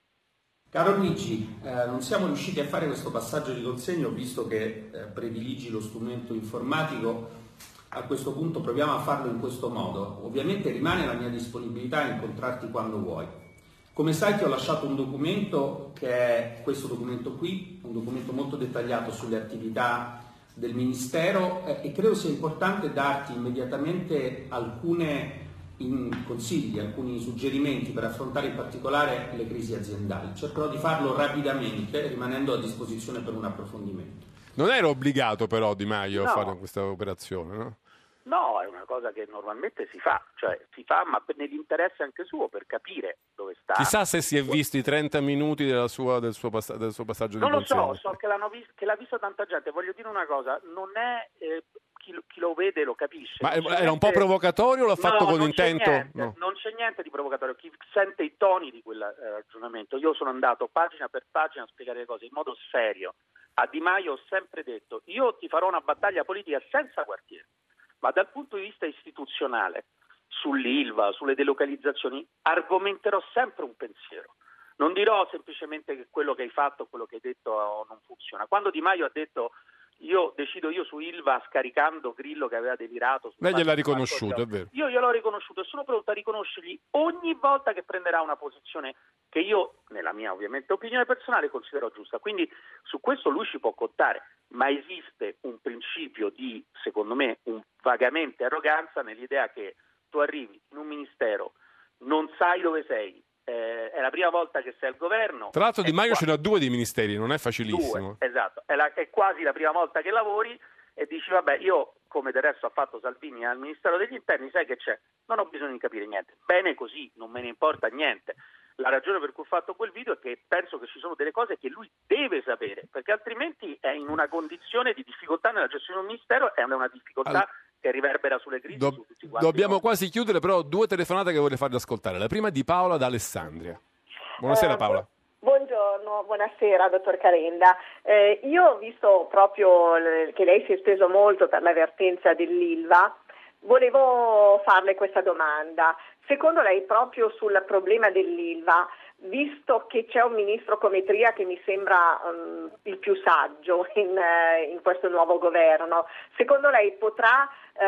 Caro Luigi, eh, non siamo riusciti a fare questo passaggio di consegna, visto che eh, prediligi lo strumento informatico. A questo punto proviamo a farlo in questo modo. Ovviamente rimane la mia disponibilità a incontrarti quando vuoi. Come sai ti ho lasciato un documento che è questo documento qui, un documento molto dettagliato sulle attività del Ministero eh, e credo sia importante darti immediatamente alcune in consigli, alcuni suggerimenti per affrontare in particolare le crisi aziendali. Cercherò di farlo rapidamente, rimanendo a disposizione per un approfondimento. Non era obbligato però Di Maio no. a fare questa operazione, no? No, è una cosa che normalmente si fa, cioè si fa ma nell'interesse anche suo, per capire dove sta. Chissà se si è visto i trenta minuti della sua, del, suo pass- del suo passaggio non di consegna. Non lo so, so che, l'hanno vis- che l'ha visto tanta gente. Voglio dire una cosa, non è... Eh, Chi lo, chi lo vede lo capisce. Ma non era un po' provocatorio o l'ha fatto no, con non intento? C'è niente, no. Non c'è niente di provocatorio. Chi sente i toni di quel eh, ragionamento, io sono andato pagina per pagina a spiegare le cose in modo serio. A Di Maio ho sempre detto, io ti farò una battaglia politica senza quartiere, ma dal punto di vista istituzionale, sull'Ilva, sulle delocalizzazioni, argomenterò sempre un pensiero. Non dirò semplicemente che quello che hai fatto, quello che hai detto non funziona. Quando Di Maio ha detto io decido io su Ilva scaricando Grillo che aveva delirato, lei gliel'ha riconosciuto, è vero. Io gliel'ho riconosciuto e sono pronto a riconoscergli ogni volta che prenderà una posizione che io, nella mia ovviamente opinione personale, considero giusta. Quindi su questo lui ci può contare, ma esiste un principio di, secondo me, un vagamente arroganza nell'idea che tu arrivi in un ministero, non sai dove sei, eh, è la prima volta che sei al governo. Tra l'altro Di Maio qua- ce n'ha due di ministeri, non è facilissimo. Due, esatto, è, la, è quasi la prima volta che lavori e dici vabbè, io come del resto ha fatto Salvini al Ministero degli Interni, sai che c'è? Non ho bisogno di capire niente, bene così, non me ne importa niente. La ragione per cui ho fatto quel video è che penso che ci sono delle cose che lui deve sapere, perché altrimenti è in una condizione di difficoltà nella gestione del Ministero, è una difficoltà Allora, che riverbera sulle crisi Do- su tutti quanti. dobbiamo noi. quasi chiudere, però due telefonate che vorrei farvi ascoltare. La prima è di Paola da Alessandria. Buonasera Eh, Paola. Buongiorno, buonasera dottor Calenda. Eh, io ho visto proprio l- che lei si è speso molto per la vertenza dell'Ilva, volevo farle questa domanda. Secondo lei proprio sul problema dell'Ilva, visto che c'è un ministro come Tria che mi sembra um, il più saggio in, uh, in questo nuovo governo, secondo lei potrà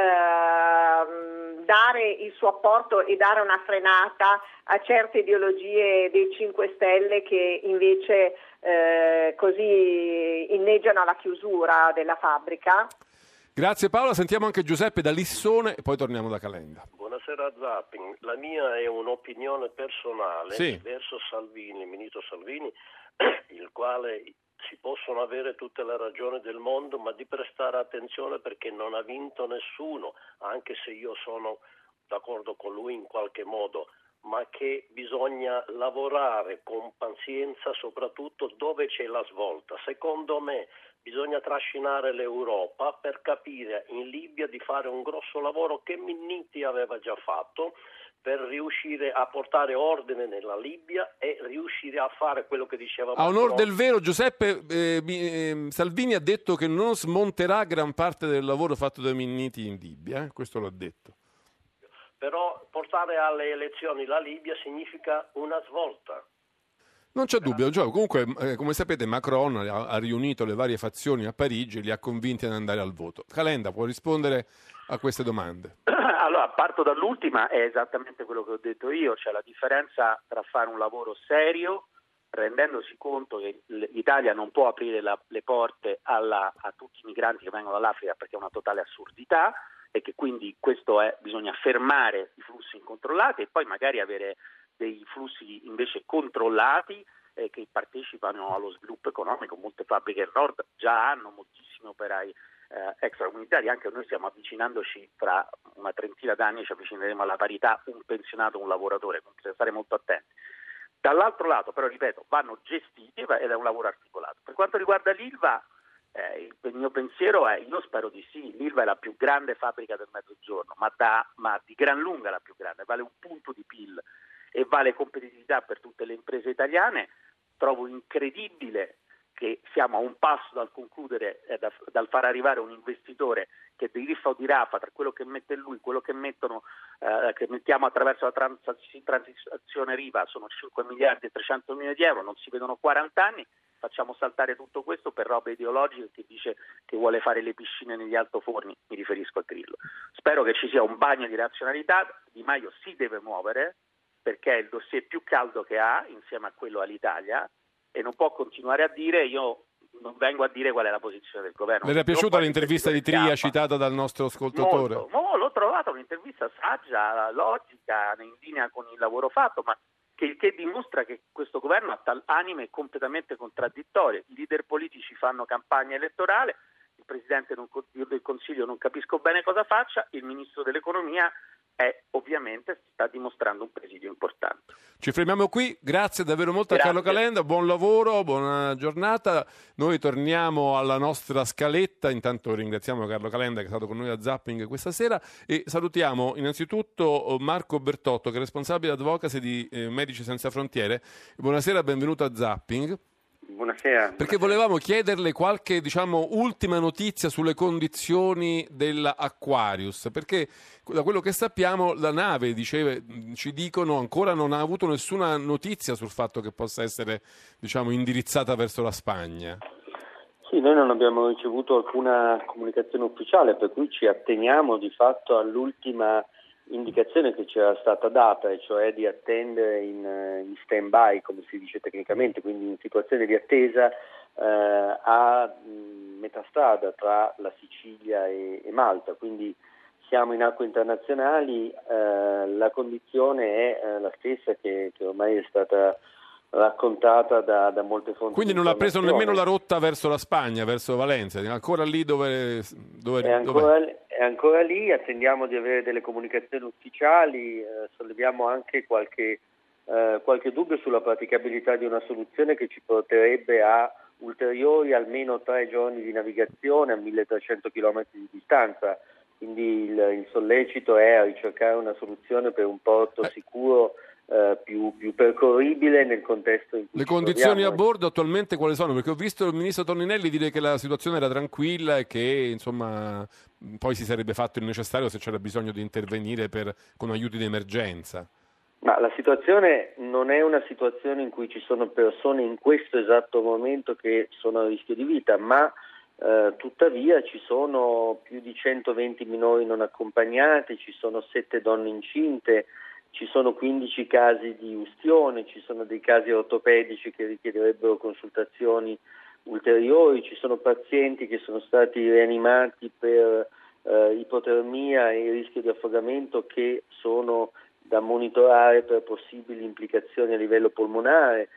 uh, dare il suo apporto e dare una frenata a certe ideologie dei cinque Stelle che invece uh, così inneggiano alla chiusura della fabbrica? Grazie Paola, sentiamo anche Giuseppe da Lissone e poi torniamo da Calenda. Buonasera Zapping, la mia è un'opinione personale Sì. verso Salvini, il ministro Salvini, il quale si possono avere tutte le ragioni del mondo, ma di prestare attenzione perché non ha vinto nessuno, anche se io sono d'accordo con lui in qualche modo, ma che bisogna lavorare con pazienza soprattutto dove c'è la svolta. Secondo me bisogna trascinare l'Europa per capire in Libia di fare un grosso lavoro che Minniti aveva già fatto per riuscire a portare ordine nella Libia e riuscire a fare quello che diceva A onor Macron. del vero, Giuseppe, eh, mi- eh, Salvini ha detto che non smonterà gran parte del lavoro fatto da Minniti in Libia, eh? Questo l'ha detto. Però portare alle elezioni la Libia significa una svolta. Non c'è dubbio, cioè, comunque eh, come sapete Macron ha, ha riunito le varie fazioni a Parigi e li ha convinti ad andare al voto. Calenda può rispondere a queste domande. Allora, parto dall'ultima, è esattamente quello che ho detto io, cioè la differenza tra fare un lavoro serio, rendendosi conto che l'Italia non può aprire la, le porte alla, a tutti i migranti che vengono dall'Africa perché è una totale assurdità e che quindi questo è, bisogna fermare i flussi incontrollati e poi magari avere dei flussi invece controllati eh, che partecipano allo sviluppo economico. Molte fabbriche del nord già hanno moltissimi operai eh, extracomunitari, anche noi stiamo avvicinandoci, tra una trentina d'anni ci avvicineremo alla parità un pensionato, un lavoratore, quindi bisogna stare molto attenti. Dall'altro lato però, ripeto, vanno gestiti ed è un lavoro articolato. Per quanto riguarda l'Ilva, eh, il mio pensiero è, io spero di sì, l'Ilva è la più grande fabbrica del Mezzogiorno, ma, da, ma di gran lunga la più grande, vale un punto di P I L e vale competitività per tutte le imprese italiane. Trovo incredibile che siamo a un passo dal concludere, eh, da, dal far arrivare un investitore che di riffa o di rafa tra quello che mette lui, quello che mettono, eh, che mettiamo attraverso la trans- transizione Riva sono cinque miliardi e trecento milioni di euro, non si vedono quaranta anni, facciamo saltare tutto questo per robe ideologiche che dice che vuole fare le piscine negli altoforni, mi riferisco a Grillo. Spero che ci sia un bagno di razionalità, Di Maio si deve muovere perché è il dossier più caldo che ha insieme a quello all'Italia e non può continuare a dire io non vengo a dire qual è la posizione del governo. Le era piaciuta l'intervista di Tria citata dal nostro ascoltatore? Molto, mo, l'ho trovata un'intervista saggia, logica, in linea con il lavoro fatto, ma che, che dimostra che questo governo ha tal anime completamente contraddittorie. I leader politici fanno campagna elettorale, il Presidente non, del Consiglio non capisco bene cosa faccia, il Ministro dell'Economia è ovviamente sta dimostrando un presidio importante. Ci fermiamo qui, grazie davvero molto Grazie. a Carlo Calenda, buon lavoro, buona giornata. Noi torniamo alla nostra scaletta, intanto ringraziamo Carlo Calenda che è stato con noi a Zapping questa sera e salutiamo innanzitutto Marco Bertotto che è responsabile advocacy di eh, Medici Senza Frontiere. Buonasera, benvenuto a Zapping. Buonasera. Perché volevamo chiederle qualche, diciamo, ultima notizia sulle condizioni dell'Aquarius, perché da quello che sappiamo la nave, diceva, ci dicono, ancora non ha avuto nessuna notizia sul fatto che possa essere, diciamo, indirizzata verso la Spagna. Sì, noi non abbiamo ricevuto alcuna comunicazione ufficiale, per cui ci atteniamo di fatto all'ultima indicazione che ci era stata data, e cioè di attendere in, in stand-by, come si dice tecnicamente, quindi in situazione di attesa eh, a mh, metà strada tra la Sicilia e, e Malta, quindi siamo in acque internazionali, eh, la condizione è eh, la stessa che, che ormai è stata raccontata da, da molte fonti. Quindi non ha preso nemmeno la rotta verso la Spagna, verso Valencia, è ancora lì dove... dove è, ancora, è ancora lì, attendiamo di avere delle comunicazioni ufficiali, eh, solleviamo anche qualche, eh, qualche dubbio sulla praticabilità di una soluzione che ci porterebbe a ulteriori almeno tre giorni di navigazione a milletrecento chilometri di distanza, quindi il, il sollecito è a ricercare una soluzione per un porto eh. sicuro, Uh, più, più percorribile nel contesto in cui le ci condizioni troviamo. A bordo attualmente quali sono? Perché ho visto il ministro Toninelli dire che la situazione era tranquilla e che insomma poi si sarebbe fatto il necessario se c'era bisogno di intervenire per, con aiuti di emergenza. Ma la situazione non è una situazione in cui ci sono persone in questo esatto momento che sono a rischio di vita, ma Uh, tuttavia ci sono più di centoventi minori non accompagnati, ci sono sette donne incinte, ci sono quindici casi di ustione, ci sono dei casi ortopedici che richiederebbero consultazioni ulteriori, ci sono pazienti che sono stati rianimati per uh, ipotermia e rischio di affogamento che sono da monitorare per possibili implicazioni a livello polmonare.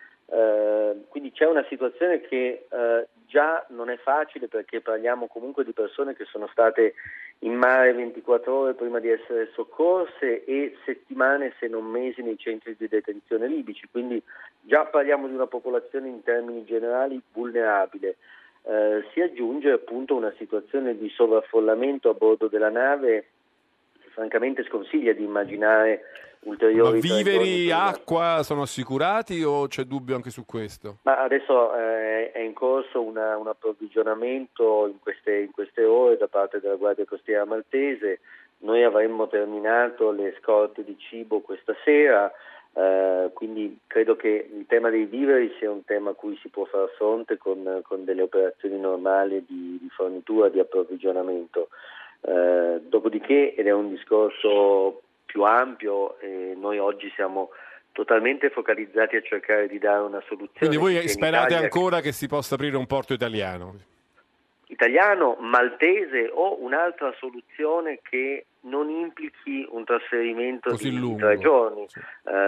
Uh, quindi c'è una situazione che uh, già non è facile, perché parliamo comunque di persone che sono state in mare ventiquattro ore prima di essere soccorse e settimane se non mesi nei centri di detenzione libici, quindi già parliamo di una popolazione in termini generali vulnerabile. Uh, si aggiunge appunto una situazione di sovraffollamento a bordo della nave che francamente sconsiglia di immaginare ulteriori. Ma viveri, acqua sono assicurati o c'è dubbio anche su questo? Ma adesso eh, è in corso una, un approvvigionamento in queste, in queste ore da parte della Guardia Costiera maltese. Noi avremmo terminato le scorte di cibo questa sera, eh, quindi credo che il tema dei viveri sia un tema a cui si può far fronte con, con delle operazioni normali di, di fornitura, di approvvigionamento. Eh, dopodiché, ed è un discorso più ampio, e noi oggi siamo totalmente focalizzati a cercare di dare una soluzione. Quindi voi sperate Italia, ancora che si possa aprire un porto italiano? Italiano, maltese o un'altra soluzione che non implichi un trasferimento così di lungo, tre giorni. Sì.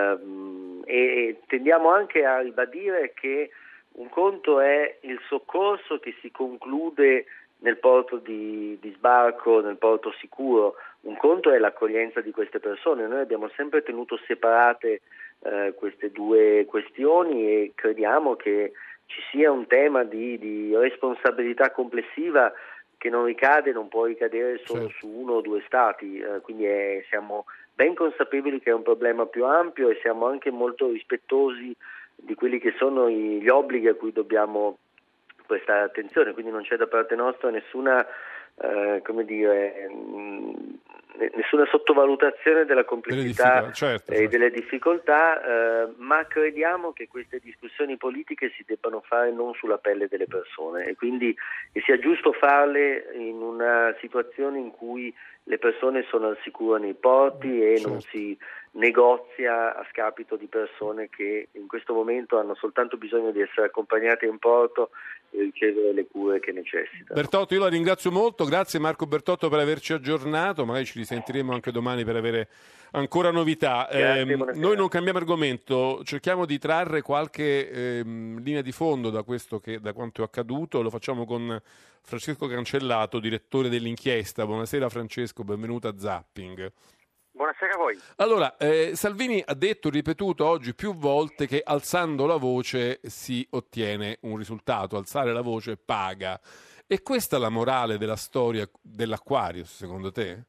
Um, e, e tendiamo anche a ribadire che un conto è il soccorso che si conclude nel porto di, di sbarco, nel porto sicuro, un conto è l'accoglienza di queste persone. Noi abbiamo sempre tenuto separate eh, queste due questioni e crediamo che ci sia un tema di, di responsabilità complessiva che non ricade, non può ricadere solo certo. su uno o due stati, eh, quindi è, siamo ben consapevoli che è un problema più ampio e siamo anche molto rispettosi di quelli che sono gli obblighi a cui dobbiamo prestare attenzione, quindi non c'è da parte nostra nessuna eh, come dire mh, nessuna sottovalutazione della complessità delle certo, e certo. delle difficoltà, eh, ma crediamo che queste discussioni politiche si debbano fare non sulla pelle delle persone e quindi che sia giusto farle in una situazione in cui le persone sono al sicuro nei porti e certo. non si negozia a scapito di persone che in questo momento hanno soltanto bisogno di essere accompagnate in porto e ricevere le cure che necessitano. Bertotto, io la ringrazio molto, grazie Marco Bertotto per averci aggiornato, magari ci risentiremo anche domani per avere ancora novità. Grazie, eh, noi non cambiamo argomento, cerchiamo di trarre qualche eh, linea di fondo da questo che, da quanto è accaduto, lo facciamo con Francesco Cancellato, direttore dell'inchiesta. Buonasera Francesco, benvenuto a Zapping. Buonasera a voi. Allora, eh, Salvini ha detto, ripetuto oggi più volte, che alzando la voce si ottiene un risultato, alzare la voce paga. E questa è la morale della storia dell'Aquarius, secondo te?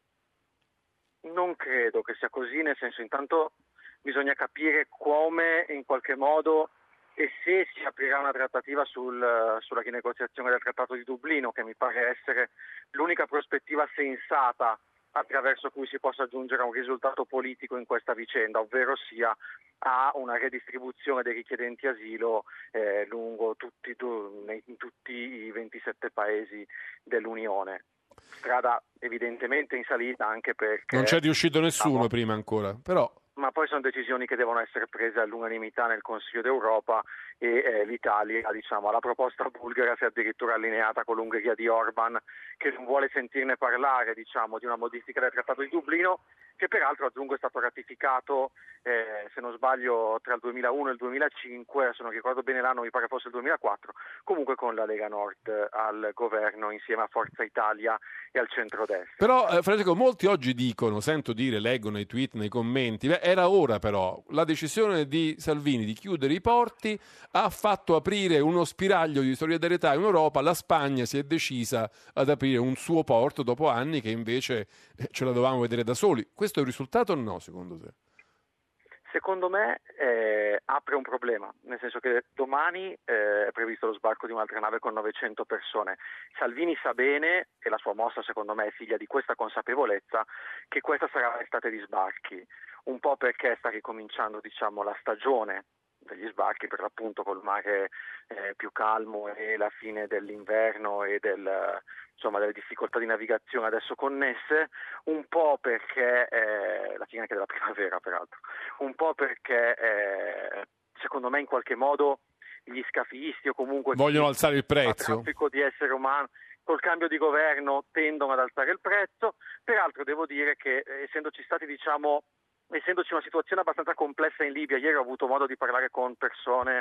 Non credo che sia così, nel senso, intanto bisogna capire come, in qualche modo, e se si aprirà una trattativa sul, sulla rinegoziazione del Trattato di Dublino, che mi pare essere l'unica prospettiva sensata attraverso cui si possa giungere a un risultato politico in questa vicenda, ovvero sia a una redistribuzione dei richiedenti asilo eh, lungo tutti, in tutti i ventisette paesi dell'Unione. Strada evidentemente in salita, anche perché non c'è riuscito nessuno prima ancora, però ma poi sono decisioni che devono essere prese all'unanimità nel Consiglio d'Europa e eh, l'Italia, diciamo, alla proposta bulgara si è addirittura allineata con l'Ungheria di Orban, che non vuole sentirne parlare, diciamo, di una modifica del Trattato di Dublino, che peraltro, aggiungo, è stato ratificato, eh, se non sbaglio, tra il duemilauno e il duemilacinque, se non ricordo bene l'anno, mi pare fosse il duemilaquattro, comunque con la Lega Nord eh, al governo insieme a Forza Italia e al centrodestra. Però, eh, Francesco, molti oggi dicono, sento dire, leggo nei tweet, nei commenti, beh, era ora però, la decisione di Salvini di chiudere i porti ha fatto aprire uno spiraglio di solidarietà in Europa, la Spagna si è decisa ad aprire un suo porto dopo anni che invece eh, ce la dovevamo vedere da soli. Questo è un risultato o no, secondo te? Secondo me eh, apre un problema, nel senso che domani eh, è previsto lo sbarco di un'altra nave con novecento persone. Salvini sa bene, e la sua mossa secondo me è figlia di questa consapevolezza, che questa sarà l'estate di sbarchi, un po' perché sta ricominciando, diciamo, la stagione degli sbarchi, per l'appunto col mare eh, più calmo e la fine dell'inverno e del, insomma, delle difficoltà di navigazione adesso connesse, un po' perché eh, la fine anche della primavera peraltro, un po' perché eh, secondo me in qualche modo gli scafisti o comunque vogliono alzare il prezzo, il traffico di esseri umani col cambio di governo tendono ad alzare il prezzo. Peraltro devo dire che eh, essendoci stati, diciamo, essendoci una situazione abbastanza complessa in Libia, ieri ho avuto modo di parlare con persone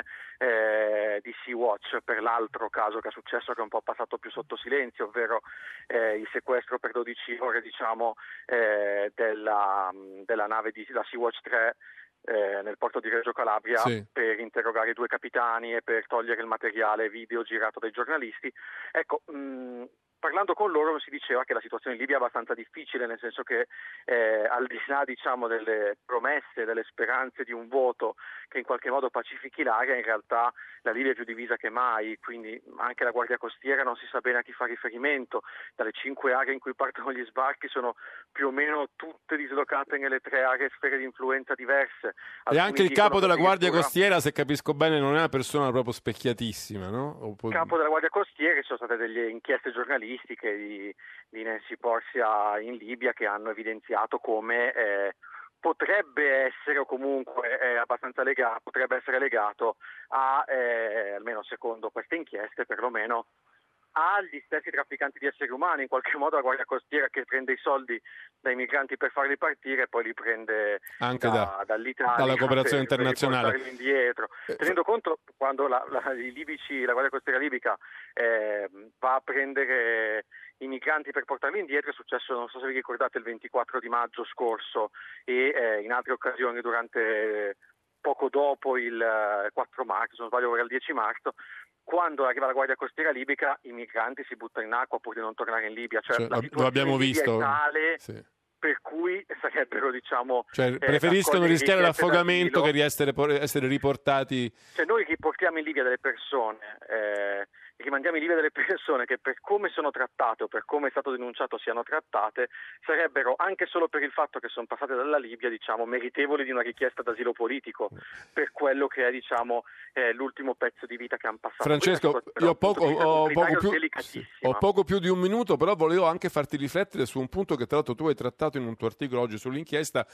eh, di Sea-Watch per l'altro caso che è successo, che è un po' passato più sotto silenzio, ovvero eh, il sequestro per dodici ore, diciamo, eh, della, della nave di la Sea-Watch tre eh, nel porto di Reggio Calabria, sì, per interrogare i due capitani e per togliere il materiale video girato dai giornalisti. Ecco, mh, parlando con loro si diceva che la situazione in Libia è abbastanza difficile, nel senso che eh, al di là, diciamo, delle promesse, delle speranze di un voto che in qualche modo pacifichi l'area, in realtà la Libia è più divisa che mai, quindi anche la Guardia Costiera non si sa bene a chi fa riferimento. Dalle cinque aree in cui partono gli sbarchi sono più o meno tutte dislocate nelle tre aree sfere di influenza diverse. E anche il capo della Guardia addirittura... Costiera, se capisco bene, non è una persona proprio specchiatissima, no? O poi... Il capo della Guardia Costiera, ci sono state delle inchieste giornalistiche di, di Nancy Porcia in Libia che hanno evidenziato come eh, potrebbe essere, o comunque è abbastanza legato, potrebbe essere legato a, eh, almeno secondo queste inchieste, perlomeno agli stessi trafficanti di esseri umani, in qualche modo la Guardia Costiera che prende i soldi dai migranti per farli partire e poi li prende anche da, da, dall'Italia dalla cooperazione per, internazionale per indietro. Tenendo conto quando la, la, i libici, la Guardia Costiera libica eh, va a prendere i migranti per portarli indietro, è successo, non so se vi ricordate, il ventiquattro di maggio scorso e eh, in altre occasioni durante poco dopo il quattro marzo, se non sbaglio era il dieci marzo, quando arriva la Guardia Costiera libica i migranti si buttano in acqua pur di non tornare in Libia, cioè, cioè la lo abbiamo visto, è tale, sì, per cui sarebbero, diciamo, cioè preferiscono eh, rischiare l'affogamento che di essere, essere riportati. Cioè noi riportiamo in Libia delle persone eh, rimandiamo in Libia delle persone che per come sono trattate o per come è stato denunciato siano trattate sarebbero, anche solo per il fatto che sono passate dalla Libia, diciamo, meritevoli di una richiesta d'asilo politico per quello che è, diciamo, eh, l'ultimo pezzo di vita che hanno passato. Francesco, io ho poco, ho, poco più, ho poco più di un minuto, però volevo anche farti riflettere su un punto che tra l'altro tu hai trattato in un tuo articolo oggi sull'inchiesta.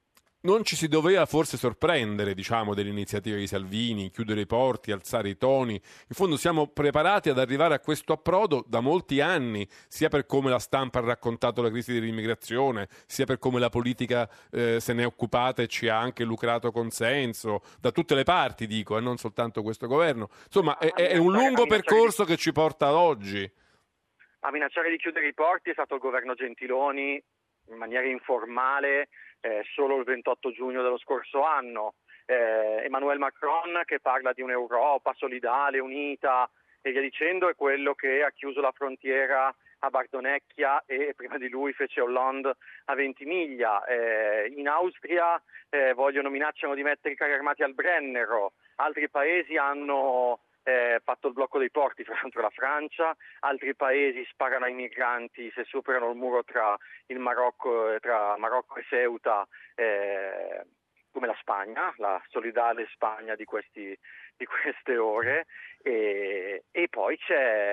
Non ci si doveva forse sorprendere, diciamo, dell'iniziativa di Salvini, chiudere i porti, alzare i toni. In fondo siamo preparati ad arrivare a questo approdo da molti anni, sia per come la stampa ha raccontato la crisi dell'immigrazione, sia per come la politica eh, se ne è occupata e ci ha anche lucrato consenso, da tutte le parti dico, e eh, non soltanto questo governo. Insomma, è, è un lungo percorso che ci porta ad oggi. A minacciare di chiudere i porti è stato il governo Gentiloni in maniera informale, Eh, solo il ventotto giugno dello scorso anno, eh, Emmanuel Macron che parla di un'Europa solidale, unita e via dicendo, è quello che ha chiuso la frontiera a Bardonecchia e prima di lui fece Hollande a Ventimiglia. Eh, in Austria eh, vogliono, minacciano di mettere i carri armati al Brennero, altri paesi hanno Eh, fatto il blocco dei porti, fra l'altro la Francia, altri paesi sparano ai migranti se superano il muro tra il Marocco, tra Marocco e Ceuta, eh, come la Spagna, la solidale Spagna di, questi, di queste ore, e, e poi c'è,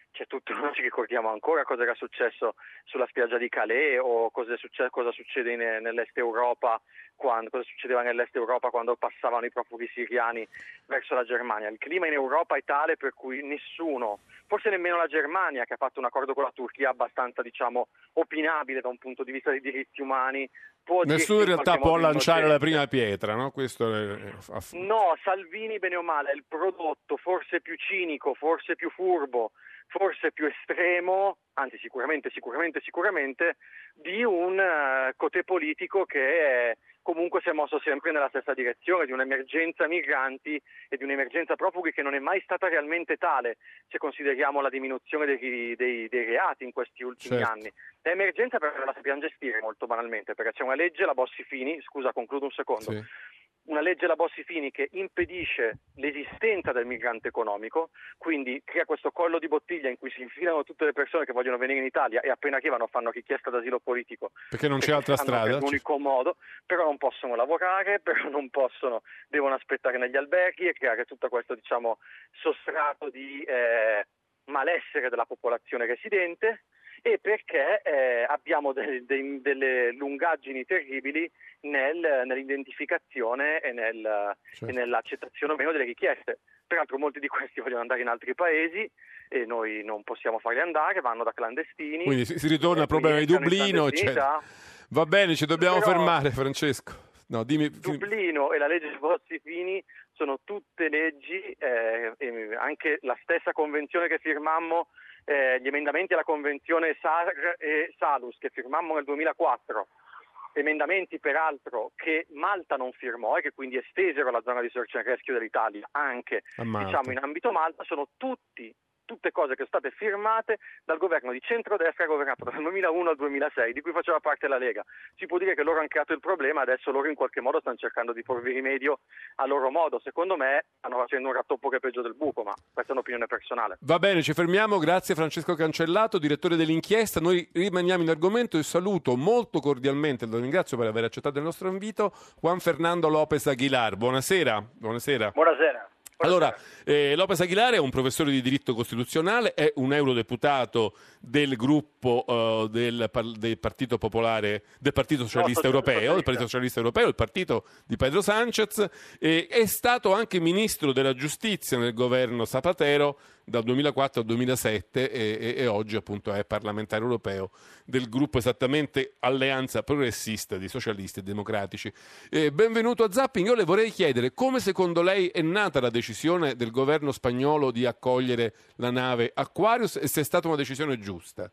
c'è tutto, non ci ricordiamo ancora cosa era successo sulla spiaggia di Calais o cosa, succe- cosa succede in, nell'est Europa, quando, cosa succedeva nell'est Europa quando passavano i profughi siriani verso la Germania. Il clima in Europa è tale per cui nessuno, forse nemmeno la Germania, che ha fatto un accordo con la Turchia abbastanza, diciamo, opinabile da un punto di vista dei diritti umani, può nessuno in realtà può lanciare innocente. la prima pietra, no? Questo è... No, Salvini bene o male è il prodotto forse più cinico, forse più furbo, forse più estremo, anzi sicuramente, sicuramente, sicuramente, di un uh, cotè politico che è, comunque si è mosso sempre nella stessa direzione, di un'emergenza migranti e di un'emergenza profughi che non è mai stata realmente tale, se consideriamo la diminuzione dei, dei, dei reati in questi ultimi certo. anni. L'emergenza però la sappiamo gestire molto banalmente, perché c'è una legge, la Bossi-Fini, scusa, concludo un secondo, sì. una legge, la Bossi-Fini, che impedisce l'esistenza del migrante economico, quindi crea questo collo di bottiglia in cui si infilano tutte le persone che vogliono venire in Italia e appena arrivano fanno richiesta d'asilo politico. Perché non c'è altra strada. È l'unico modo, però non possono lavorare, però non possono, devono aspettare negli alberghi e creare tutto questo, diciamo, sostrato di eh, malessere della popolazione residente, e perché eh, abbiamo de- de- delle lungaggini terribili nel, nell'identificazione e, nel, certo. e nell'accettazione o meno delle richieste. Peraltro molti di questi vogliono andare in altri paesi e noi non possiamo farli andare, vanno da clandestini. Quindi si, si ritorna al problema di Dublino, eccetera. Va bene, ci dobbiamo Però, fermare, Francesco. No, dimmi... Dublino e la legge Bossi-Fini sono tutte leggi, eh, e anche la stessa convenzione che firmammo, Eh, gli emendamenti alla convenzione S A R e Salus che firmammo nel duemilaquattro, emendamenti peraltro che Malta non firmò e che quindi estesero la zona di search and rescue dell'Italia anche diciamo in ambito Malta, sono tutti tutte cose che sono state firmate dal governo di centrodestra governato dal duemilauno al duemilasei, di cui faceva parte la Lega. Si può dire che loro hanno creato il problema, adesso loro in qualche modo stanno cercando di porvi rimedio a loro modo. Secondo me stanno facendo un rattoppo che è peggio del buco, ma questa è un'opinione personale. Va bene, ci fermiamo. Grazie Francesco Cancellato, direttore dell'inchiesta. Noi rimaniamo in argomento e saluto molto cordialmente, lo ringrazio per aver accettato il nostro invito, Juan Fernando López Aguilar. Buonasera. Buonasera. Buonasera. Allora, eh, López Aguilar è un professore di diritto costituzionale, è un eurodeputato del gruppo uh, del, del Partito Popolare, del Partito Socialista no, Europeo, socialista. del Partito Socialista Europeo, il partito di Pedro Sánchez, e è stato anche ministro della giustizia nel governo Zapatero dal duemilaquattro al duemilasette e, e, e oggi appunto è parlamentare europeo del gruppo esattamente Alleanza Progressista di Socialisti e Democratici. Eh, benvenuto a Zapping. Io le vorrei chiedere come secondo lei è nata la decisione del governo spagnolo di accogliere la nave Aquarius e se è stata una decisione giusta.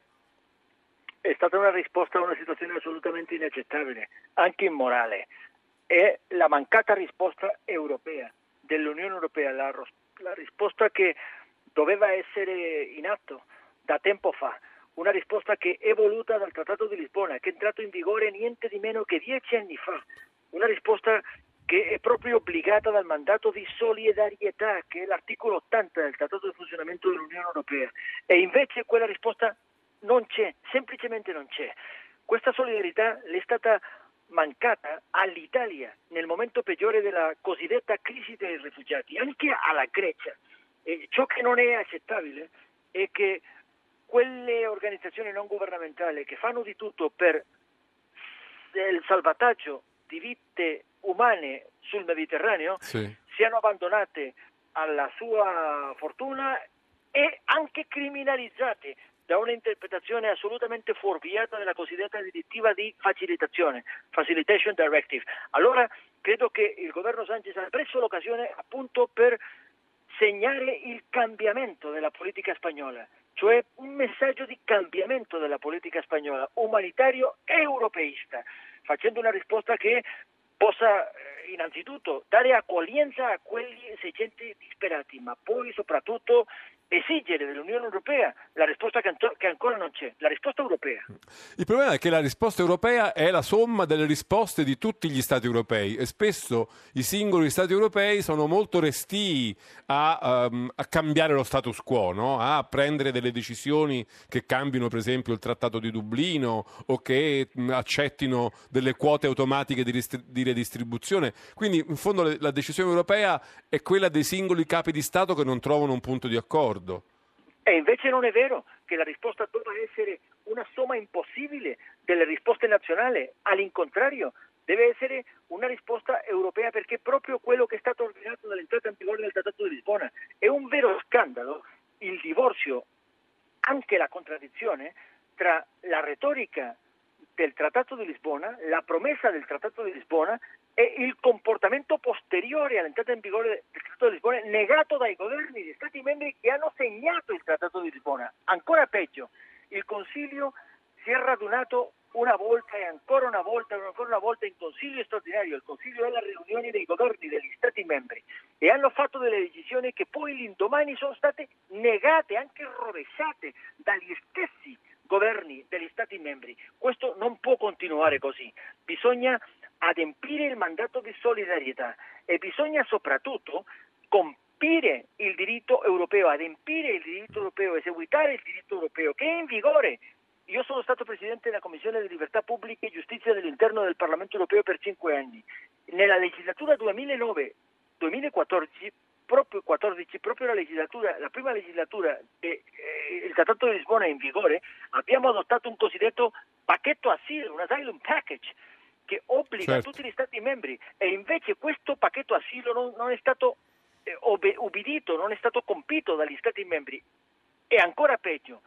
È stata una risposta a una situazione assolutamente inaccettabile, anche immorale. È la mancata risposta europea, dell'Unione Europea, la, la risposta che doveva essere in atto da tempo fa, una risposta che è voluta dal Trattato di Lisbona, che è entrato in vigore niente di meno che dieci anni fa, una risposta che è proprio obbligata dal mandato di solidarietà, che è l'articolo ottanta del Trattato di funzionamento dell'Unione Europea, e invece quella risposta non c'è, semplicemente non c'è. Questa solidarietà le è stata mancata all'Italia nel momento peggiore della cosiddetta crisi dei rifugiati, anche alla Grecia. E ciò che non è accettabile è che quelle organizzazioni non governamentali che fanno di tutto per il salvataggio di vite umane sul Mediterraneo sì. siano abbandonate alla sua fortuna e anche criminalizzate da una interpretazione assolutamente fuorviata della cosiddetta direttiva di facilitazione, Facilitation Directive. Allora credo che il governo Sánchez ha preso l'occasione appunto per segnare il cambiamento della politica spagnola, cioè un messaggio di cambiamento della politica spagnola, umanitario e europeista, facendo una risposta che possa eh, innanzitutto dare accoglienza a quegli seicento disperati, ma poi soprattutto esigere dall'Unione Europea la risposta che, anto- che ancora non c'è, la risposta europea. Il problema è che la risposta europea è la somma delle risposte di tutti gli Stati europei e spesso i singoli Stati europei sono molto restii a, um, a cambiare lo status quo, no? A prendere delle decisioni che cambino per esempio il Trattato di Dublino o che mh, accettino delle quote automatiche di, ristri- di redistribuzione. Quindi in fondo le- la decisione europea è quella dei singoli capi di Stato che non trovano un punto di accordo. E invece non è vero, che la risposta debba essere una somma impossibile delle risposte nazionali, all'incontrario, deve essere una risposta europea, perché proprio quello che è stato ordinato dall'entrata in vigore del Trattato di Lisbona è un vero scandalo, il divorzio, anche la contraddizione tra la retorica del Trattato di Lisbona, la promessa del Trattato di Lisbona e il comportamento posteriore all'entrata in vigore del Trattato di Lisbona negato dai governi di Stati membri che hanno segnato il Trattato di Lisbona. Ancora peggio, il Consiglio si è radunato una volta e ancora una volta e ancora una volta in Consiglio straordinario, il Consiglio è la riunione dei governi degli Stati membri, e hanno fatto delle decisioni che poi l'indomani sono state negate, anche rovesciate dagli stessi governi degli Stati membri. Questo non può continuare così, bisogna adempiere il mandato di solidarietà e bisogna soprattutto compire il diritto europeo, adempiere il diritto europeo, eseguitare il diritto europeo che è in vigore. Io sono stato presidente della Commissione di Libertà Pubbliche e Giustizia dell'Interno del Parlamento Europeo per cinque anni. Nella legislatura duemilanove duemilaquattordici, proprio quattordici, proprio la legislatura, la prima legislatura che eh, il Trattato di Lisbona è in vigore, abbiamo adottato un cosiddetto pacchetto asilo, un asylum package, che obbliga certo. tutti gli Stati membri, e invece questo pacchetto asilo non, non è stato eh, obe- ubbidito, non è stato compito dagli Stati membri. E ancora peggio,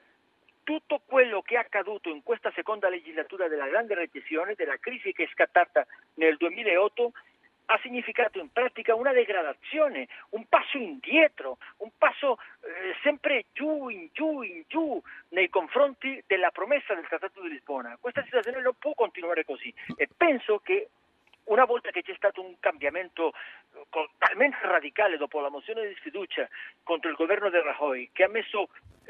tutto quello che è accaduto in questa seconda legislatura della grande recessione, della crisi che è scattata nel duemilaotto, ha significato in pratica una degradazione, un passo indietro, un passo eh, sempre giù, in giù, in giù nei confronti della promessa del Trattato di Lisbona. Questa situazione non può continuare così, e penso che una volta che c'è stato un cambiamento talmente radicale dopo la mozione di sfiducia contro il governo del Rajoy, che ha messo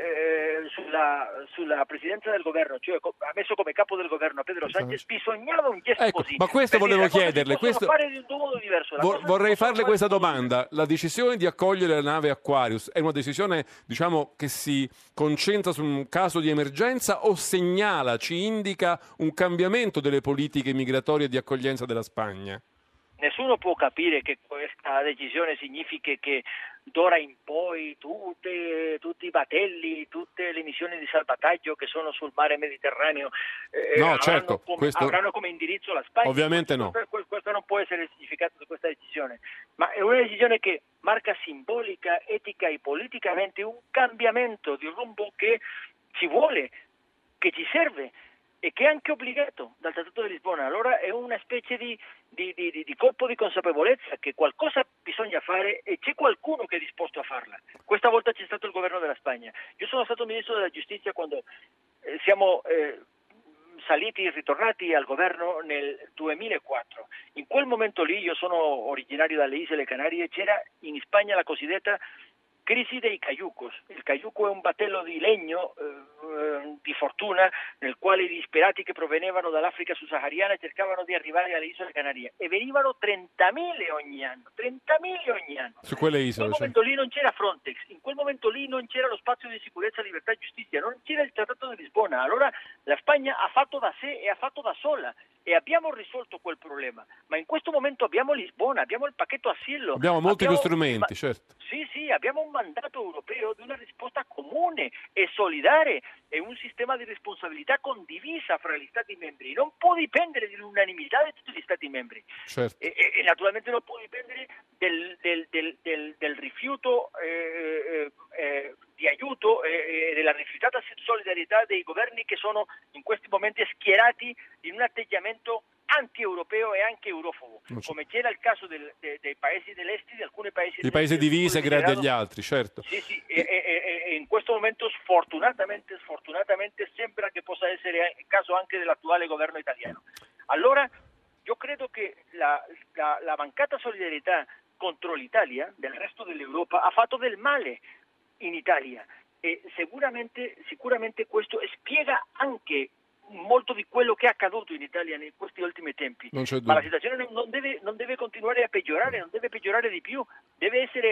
eh, sulla, sulla presidenza del governo, cioè ha messo come capo del governo a Pedro Sánchez, bisognava un gesto ecco, così. ma questo volevo chiederle, questo... fare di un modo diverso. Vor- vorrei farle questa domanda: la decisione di accogliere la nave Aquarius è una decisione, diciamo, che si concentra su un caso di emergenza, o segnala, ci indica un cambiamento delle politiche migratorie di accoglienza della Spagna? Nessuno può capire che questa decisione significhi che d'ora in poi tutte, tutti i battelli, tutte le missioni di salvataggio che sono sul mare Mediterraneo eh, no, avranno, certo, come, questo... avranno come indirizzo la Spagna. Ovviamente no. Questo, questo non può essere il significato di questa decisione, ma è una decisione che marca simbolica, etica e politicamente un cambiamento di rumbo che ci vuole, che ci serve, e che è anche obbligato dal Trattato di Lisbona. Allora è una specie di, di, di, di colpo di consapevolezza che qualcosa bisogna fare, e c'è qualcuno che è disposto a farla. Questa volta c'è stato il governo della Spagna. Io sono stato ministro della giustizia quando eh, siamo eh, saliti e ritornati al governo nel duemilaquattro. In quel momento lì, io sono originario dalle Isole Canarie, c'era in Spagna la cosiddetta crisi dei cayucos. Il cayuco è un battello di legno eh, di fortuna nel quale i disperati che provenivano dall'Africa subsahariana cercavano di arrivare alle Isole Canarie, e venivano trentamila ogni anno, trentamila ogni anno. Su quelle isole. In quel momento lì non c'era Frontex, in quel momento lì non c'era lo spazio di sicurezza, libertà e giustizia, non c'era il Trattato di Lisbona. Allora la Spagna ha fatto da sé e ha fatto da sola, e abbiamo risolto quel problema. Ma in questo momento abbiamo Lisbona, abbiamo il pacchetto asilo. Abbiamo molti abbiamo... strumenti, certo. Sì, sì, abbiamo un mandato europeo di una risposta comune e solidale, e un sistema di responsabilità condivisa fra gli Stati membri. Non può dipendere dall'unanimità di tutti gli Stati membri. Certo. E, e, e naturalmente non può dipendere del, del, del, del, del rifiuto eh, eh, di aiuto e eh, della rifiutata solidarietà dei governi che sono in questi momenti schierati in un atteggiamento anti-europeo e anche eurofobo, come c'era il caso del, de, dei paesi dell'est, di alcuni paesi i paesi divisi gradi agli altri, certo. Sì, sì, e, e, e in questo momento sfortunatamente, sfortunatamente sembra che possa essere il caso anche dell'attuale governo italiano. Allora io credo che la, la, la mancata solidarietà contro l'Italia del resto dell'Europa ha fatto del male in Italia, e sicuramente, sicuramente questo spiega anche molto di quello che è accaduto in Italia in questi ultimi tempi. Ma la situazione non deve, non deve continuare a peggiorare, non deve peggiorare di più, deve essere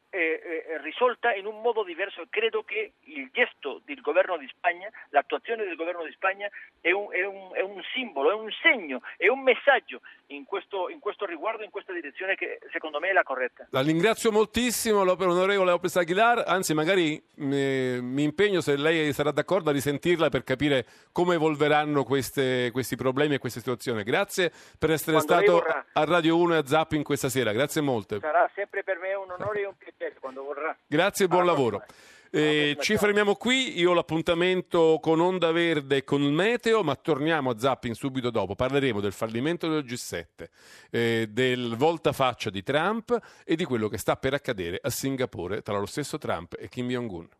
eh, eh, risolta in un modo diverso. Credo che il gesto del governo di Spagna, l'attuazione del governo di Spagna è un, è un, è un simbolo, è un segno, è un messaggio in questo, in questo riguardo, in questa direzione che secondo me è la corretta. La ringrazio moltissimo, l'onorevole López Aguilar, anzi magari mi, mi impegno, se lei sarà d'accordo, a risentirla per capire come evolveranno queste, questi problemi e queste situazioni. Grazie per essere Quando stato vorrà. a Radio uno e a Zapping questa sera, grazie molte. Sarà sempre per me un onore e un piacere quando vorrà. Grazie e buon Alla lavoro. prossima. Eh, ci fermiamo qui, io ho l'appuntamento con Onda Verde e con il meteo, ma torniamo a Zapping subito dopo. Parleremo del fallimento del G sette, eh, del voltafaccia di Trump e di quello che sta per accadere a Singapore tra lo stesso Trump e Kim Jong-un.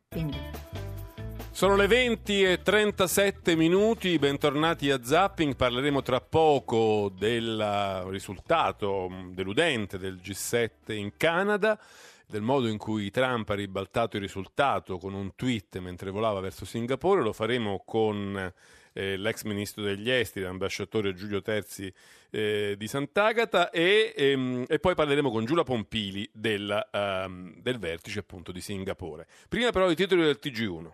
Sono le venti e trentasette minuti, bentornati a Zapping. Parleremo tra poco del risultato deludente del G sette in Canada, del modo in cui Trump ha ribaltato il risultato con un tweet mentre volava verso Singapore. Lo faremo con eh, l'ex ministro degli esteri, l'ambasciatore Giulio Terzi eh, di Sant'Agata e, ehm, e poi parleremo con Giulia Pompili del, um, del vertice appunto di Singapore. Prima però i titoli del T G uno.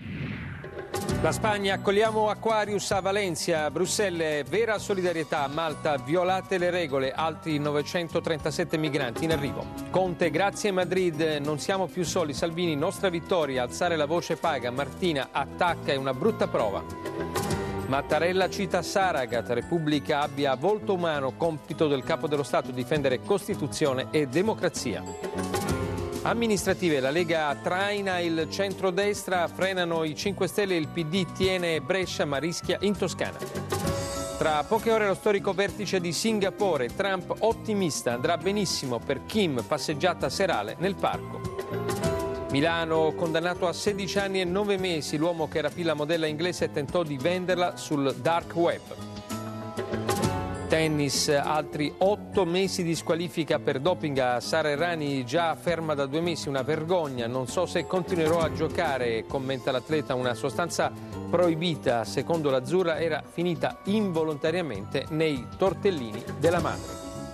La Spagna, accogliamo Aquarius a Valencia, Bruxelles, vera solidarietà, Malta, violate le regole, altri novecentotrentasette migranti in arrivo. Conte, grazie Madrid, non siamo più soli, Salvini, nostra vittoria, alzare la voce paga, Martina, attacca, è una brutta prova. Mattarella cita Saragat, Repubblica abbia volto umano, compito del capo dello Stato difendere Costituzione e democrazia. Amministrative, la Lega traina il centrodestra, frenano i cinque Stelle, il P D tiene Brescia ma rischia in Toscana. Tra poche ore lo storico vertice di Singapore, Trump ottimista, andrà benissimo per Kim, passeggiata serale nel parco. Milano, condannato a sedici anni e nove mesi, l'uomo che rapì la modella inglese e tentò di venderla sul dark web. Tennis, altri otto mesi di squalifica per doping a Sara Errani, già ferma da due mesi, una vergogna, non so se continuerò a giocare, commenta l'atleta, una sostanza proibita, secondo l'Azzurra, era finita involontariamente nei tortellini della madre.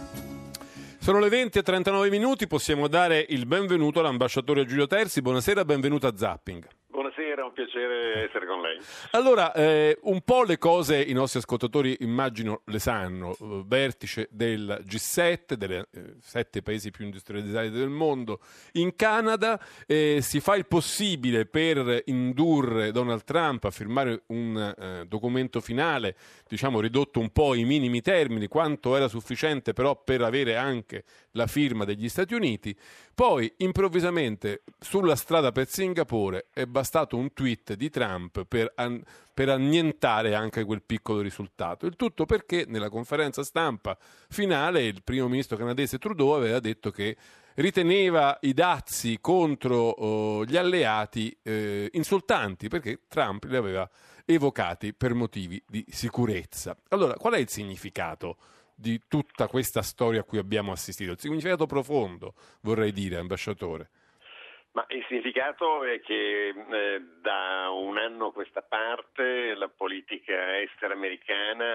Sono le venti e trentanove minuti, possiamo dare il benvenuto all'ambasciatore Giulio Terzi. Buonasera, benvenuto a Zapping. Buonasera, è un piacere essere con lei. Allora, eh, un po' le cose i nostri ascoltatori immagino le sanno. Vertice del G sette, delle eh, sette paesi più industrializzati del mondo, in Canada, eh, si fa il possibile per indurre Donald Trump a firmare un eh, documento finale, diciamo ridotto un po' ai minimi termini, quanto era sufficiente però per avere anche la firma degli Stati Uniti. Poi improvvisamente sulla strada per Singapore è bastato un tweet di Trump per, an- per annientare anche quel piccolo risultato. Il tutto perché nella conferenza stampa finale il primo ministro canadese Trudeau aveva detto che riteneva i dazi contro oh, gli alleati eh, insultanti, perché Trump li aveva evocati per motivi di sicurezza. Allora, qual è il significato di tutta questa storia a cui abbiamo assistito? Il significato profondo, vorrei dire, ambasciatore. Ma il significato è che eh, da un anno a questa parte la politica estera americana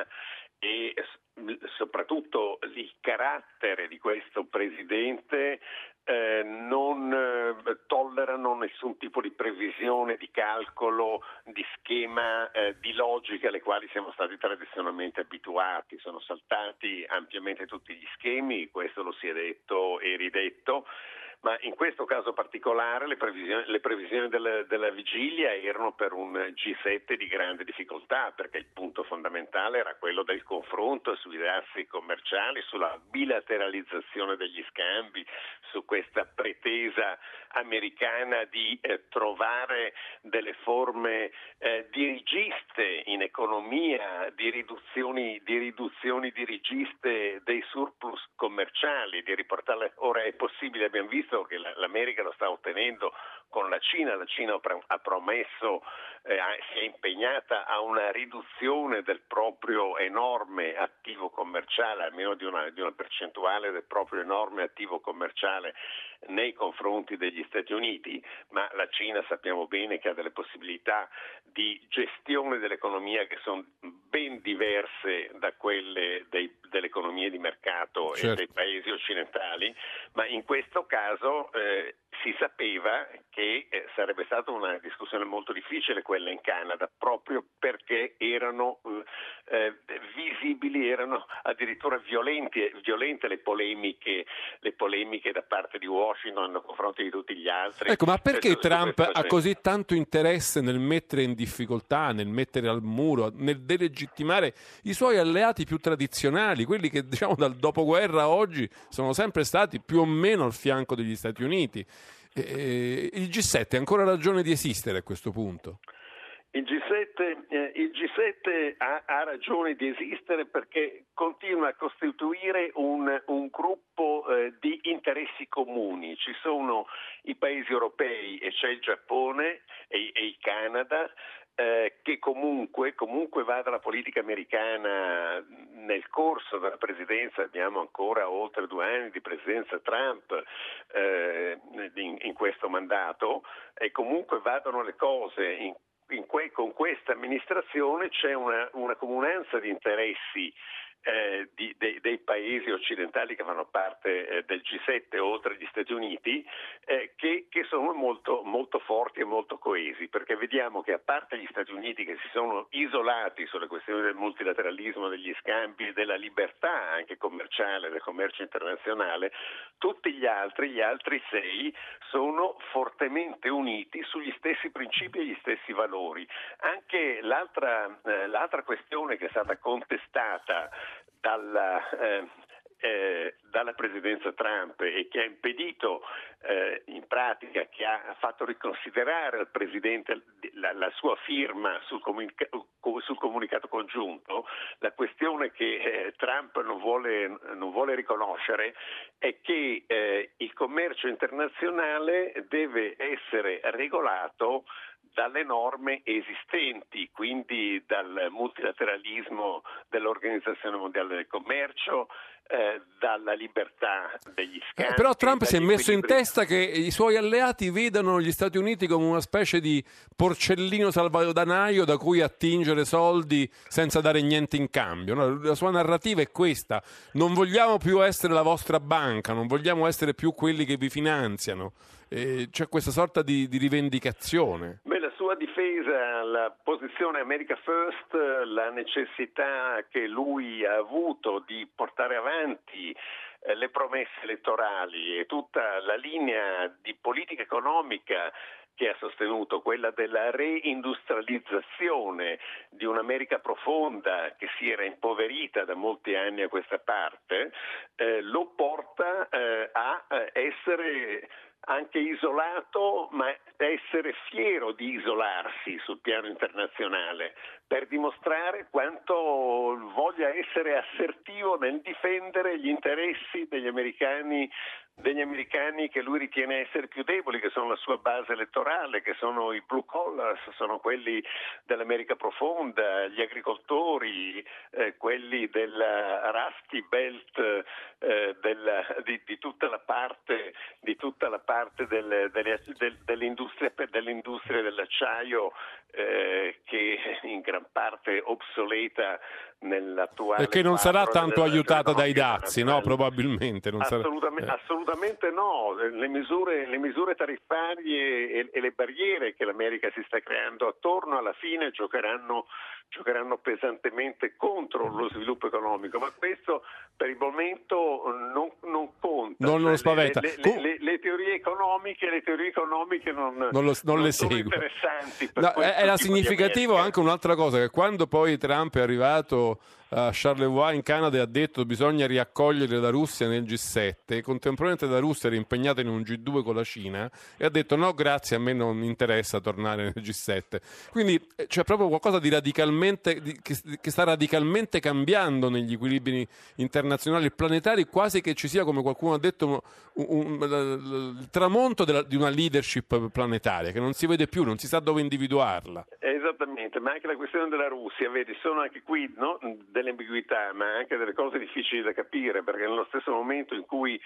e soprattutto il carattere di questo presidente eh, non eh, tollerano nessun tipo di previsione, di calcolo, di schema, eh, di logica alle quali siamo stati tradizionalmente abituati. Sono saltati ampiamente tutti gli schemi, questo lo si è detto e ridetto. Ma in questo caso particolare le previsioni, le previsioni della, della vigilia erano per un G sette di grande difficoltà, perché il punto fondamentale era quello del confronto sui dazi commerciali, sulla bilateralizzazione degli scambi, su questa pretesa americana di eh, trovare delle forme eh, dirigiste in economia, di riduzioni, di riduzioni dirigiste dei surplus commerciali, di riportarle. Ora è possibile, abbiamo visto che l'America lo sta ottenendo con la Cina. La Cina ha promesso, eh, si è impegnata a una riduzione del proprio enorme attivo commerciale, almeno di una, di una percentuale del proprio enorme attivo commerciale nei confronti degli Stati Uniti, ma la Cina sappiamo bene che ha delle possibilità di gestione dell'economia che sono ben diverse da quelle dei, delle economie di mercato certo. e dei paesi occidentali, ma in questo caso eh, si si sapeva che eh, sarebbe stata una discussione molto difficile quella in Canada, proprio perché erano eh, visibili, erano addirittura violenti, violente le polemiche, le polemiche da parte di Washington nei confronti di tutti gli altri. Ecco, ma perché Questo, Trump questo ha così tanto interesse nel mettere in difficoltà, nel mettere al muro, nel delegittimare i suoi alleati più tradizionali, quelli che diciamo dal dopoguerra a oggi sono sempre stati più o meno al fianco degli Stati Uniti? Eh, il G sette ha ancora ragione di esistere a questo punto? Il G sette, eh, il G sette ha, ha ragione di esistere perché continua a costituire un, un gruppo eh, di interessi comuni. Ci sono i paesi europei e c'è il Giappone e, e il Canada, eh, che comunque, comunque va dalla politica americana nel corso della presidenza. Abbiamo ancora oltre due anni di presidenza Trump eh, in, in questo mandato, e comunque vadano le cose in In que- con questa amministrazione c'è una, una comunanza di interessi eh, di, de- dei paesi occidentali che fanno parte eh, del G sette, oltre agli Stati Uniti, eh, che, che sono molto, molto forti e molto coesi, perché vediamo che a parte gli Stati Uniti che si sono isolati sulle questioni del multilateralismo, degli scambi e della libertà anche commerciale, del commercio internazionale, tutti gli altri, gli altri sei, sono fortemente uniti sugli stessi principi e gli stessi valori. Anche l'altra, eh, l'altra questione che è stata contestata dalla, eh, eh, dalla presidenza Trump e che ha impedito eh, in pratica, che ha fatto riconsiderare al presidente la, la sua firma sul, comunica- sul comunicato congiunto, la questione che eh, Trump non vuole, non vuole riconoscere è che eh, il commercio internazionale deve essere regolato dalle norme esistenti, quindi dal multilateralismo dell'Organizzazione Mondiale del Commercio, eh, dalla libertà degli scambi. Eh, però Trump si è messo in equilibri. testa che i suoi alleati vedano gli Stati Uniti come una specie di porcellino salvadanaio da cui attingere soldi senza dare niente in cambio, no? La sua narrativa è questa: non vogliamo più essere la vostra banca, non vogliamo essere più quelli che vi finanziano. Eh, c'è questa sorta di, di rivendicazione. Beh, la sua difesa, la posizione America First, la necessità che lui ha avuto di portare avanti eh, le promesse elettorali e tutta la linea di politica economica che ha sostenuto, quella della reindustrializzazione di un'America profonda che si era impoverita da molti anni a questa parte, eh, lo porta eh, a essere anche isolato, ma essere fiero di isolarsi sul piano internazionale, per dimostrare quanto voglia essere assertivo nel difendere gli interessi degli americani, degli americani che lui ritiene essere più deboli, che sono la sua base elettorale, che sono i blue collars, sono quelli dell'America profonda, gli agricoltori, eh, quelli della Rusty Belt, eh, della, di, di tutta la parte, di tutta la parte del, delle, del, dell'industria, dell'industria dell'acciaio, eh, che in gran parte obsoleta nell'attuale E che non sarà tanto aiutata dai dell'economia dazi, no? Probabilmente non sarà. Assolutamente, Eh. assolutamente no. Le misure, le misure tariffarie e, e le barriere che l'America si sta creando attorno alla fine giocheranno, giocheranno pesantemente contro lo sviluppo economico, ma questo per il momento non, non conta. Non lo Cioè, spaventa. Le, le, Com- le, le teorie economiche, le teorie economiche non, Non, lo, non le sono seguo. interessanti. Per No, questo era tipo di significativo America. anche un'altra cosa, che quando poi Trump è arrivato a Charleroi in Canada e ha detto bisogna riaccogliere la Russia nel G sette, contemporaneamente la Russia era impegnata in un G due con la Cina e ha detto no grazie, a me non mi interessa tornare nel G sette. Quindi c'è proprio qualcosa di radicalmente di, che, che sta radicalmente cambiando negli equilibri internazionali e planetari, quasi che ci sia, come qualcuno ha detto, un, un, un, il tramonto della, di una leadership planetaria che non si vede più, non si sa dove individuarla. Esattamente, ma anche la questione della Russia, vedi, sono anche qui, no, delle ambiguità, ma anche delle cose difficili da capire, perché nello stesso momento in cui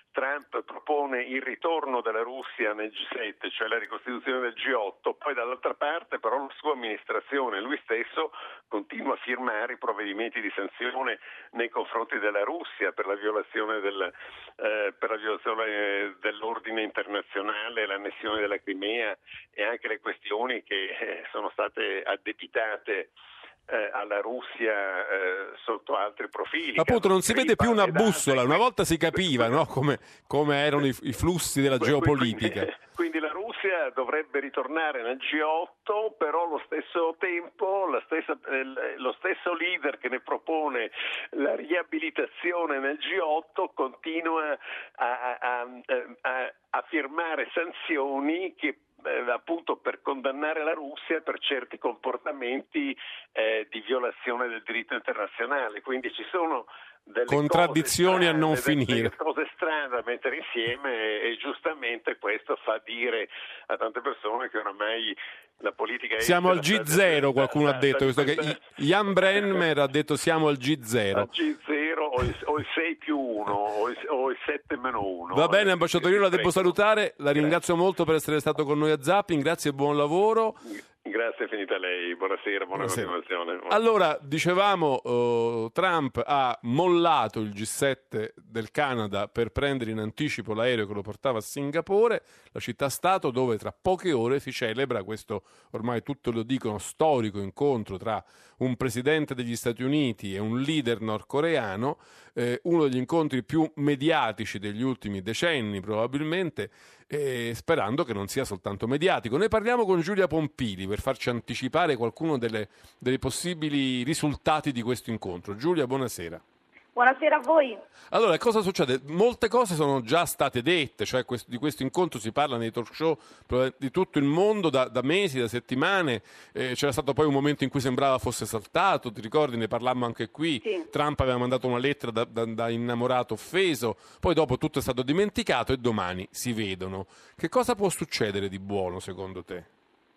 Trump propone il ritorno della Russia nel G sette, cioè la ricostituzione del G otto, poi dall'altra parte però la sua amministrazione, lui stesso continua a firmare i provvedimenti di sanzione nei confronti della Russia per la violazione, del, eh, per la violazione dell'ordine internazionale, l'annessione della Crimea e anche le questioni che eh, sono state addebitate Eh, alla Russia eh, sotto altri profili. Appunto non si vede più una bussola, una volta si capiva, no? come, come erano i, i flussi della geopolitica. Quindi, quindi la Russia dovrebbe ritornare nel G otto, però allo stesso tempo la stessa, eh, lo stesso leader che ne propone la riabilitazione nel G otto continua a, a, a, a firmare sanzioni che Eh, appunto per condannare la Russia per certi comportamenti eh, di violazione del diritto internazionale, quindi ci sono delle contraddizioni strane, a non delle, finire, delle cose strane da mettere insieme e, e giustamente questo fa dire a tante persone che oramai la politica siamo al G zero, qualcuno da, ha detto, da, questo da, che Jan Brenner ha detto siamo al G zero. Al G zero o il, o il sei più uno o il, o il sette meno uno. Va bene, ambasciatore, io la devo salutare, la ringrazio molto per essere stato con noi a Zapping, grazie e buon lavoro. Grazie, è finita lei, buonasera, buona Buonasera. continuazione. Allora, dicevamo, uh, Trump ha mollato il G sette del Canada per prendere in anticipo l'aereo che lo portava a Singapore, la città-stato dove tra poche ore si celebra questo, ormai tutto lo dicono, storico incontro tra un presidente degli Stati Uniti e un leader nordcoreano, eh, uno degli incontri più mediatici degli ultimi decenni probabilmente, eh, sperando che non sia soltanto mediatico. Ne parliamo con Giulia Pompili per farci anticipare qualcuno delle, dei possibili risultati di questo incontro. Giulia, buonasera. Buonasera a voi. Allora, cosa succede? Molte cose sono già state dette, cioè questo, di questo incontro si parla nei talk show di tutto il mondo da, da mesi, da settimane, eh, c'era stato poi un momento in cui sembrava fosse saltato, ti ricordi, ne parlammo anche qui, sì. Trump aveva mandato una lettera da, da, da innamorato offeso, poi dopo tutto è stato dimenticato e domani si vedono. Che cosa può succedere di buono secondo te?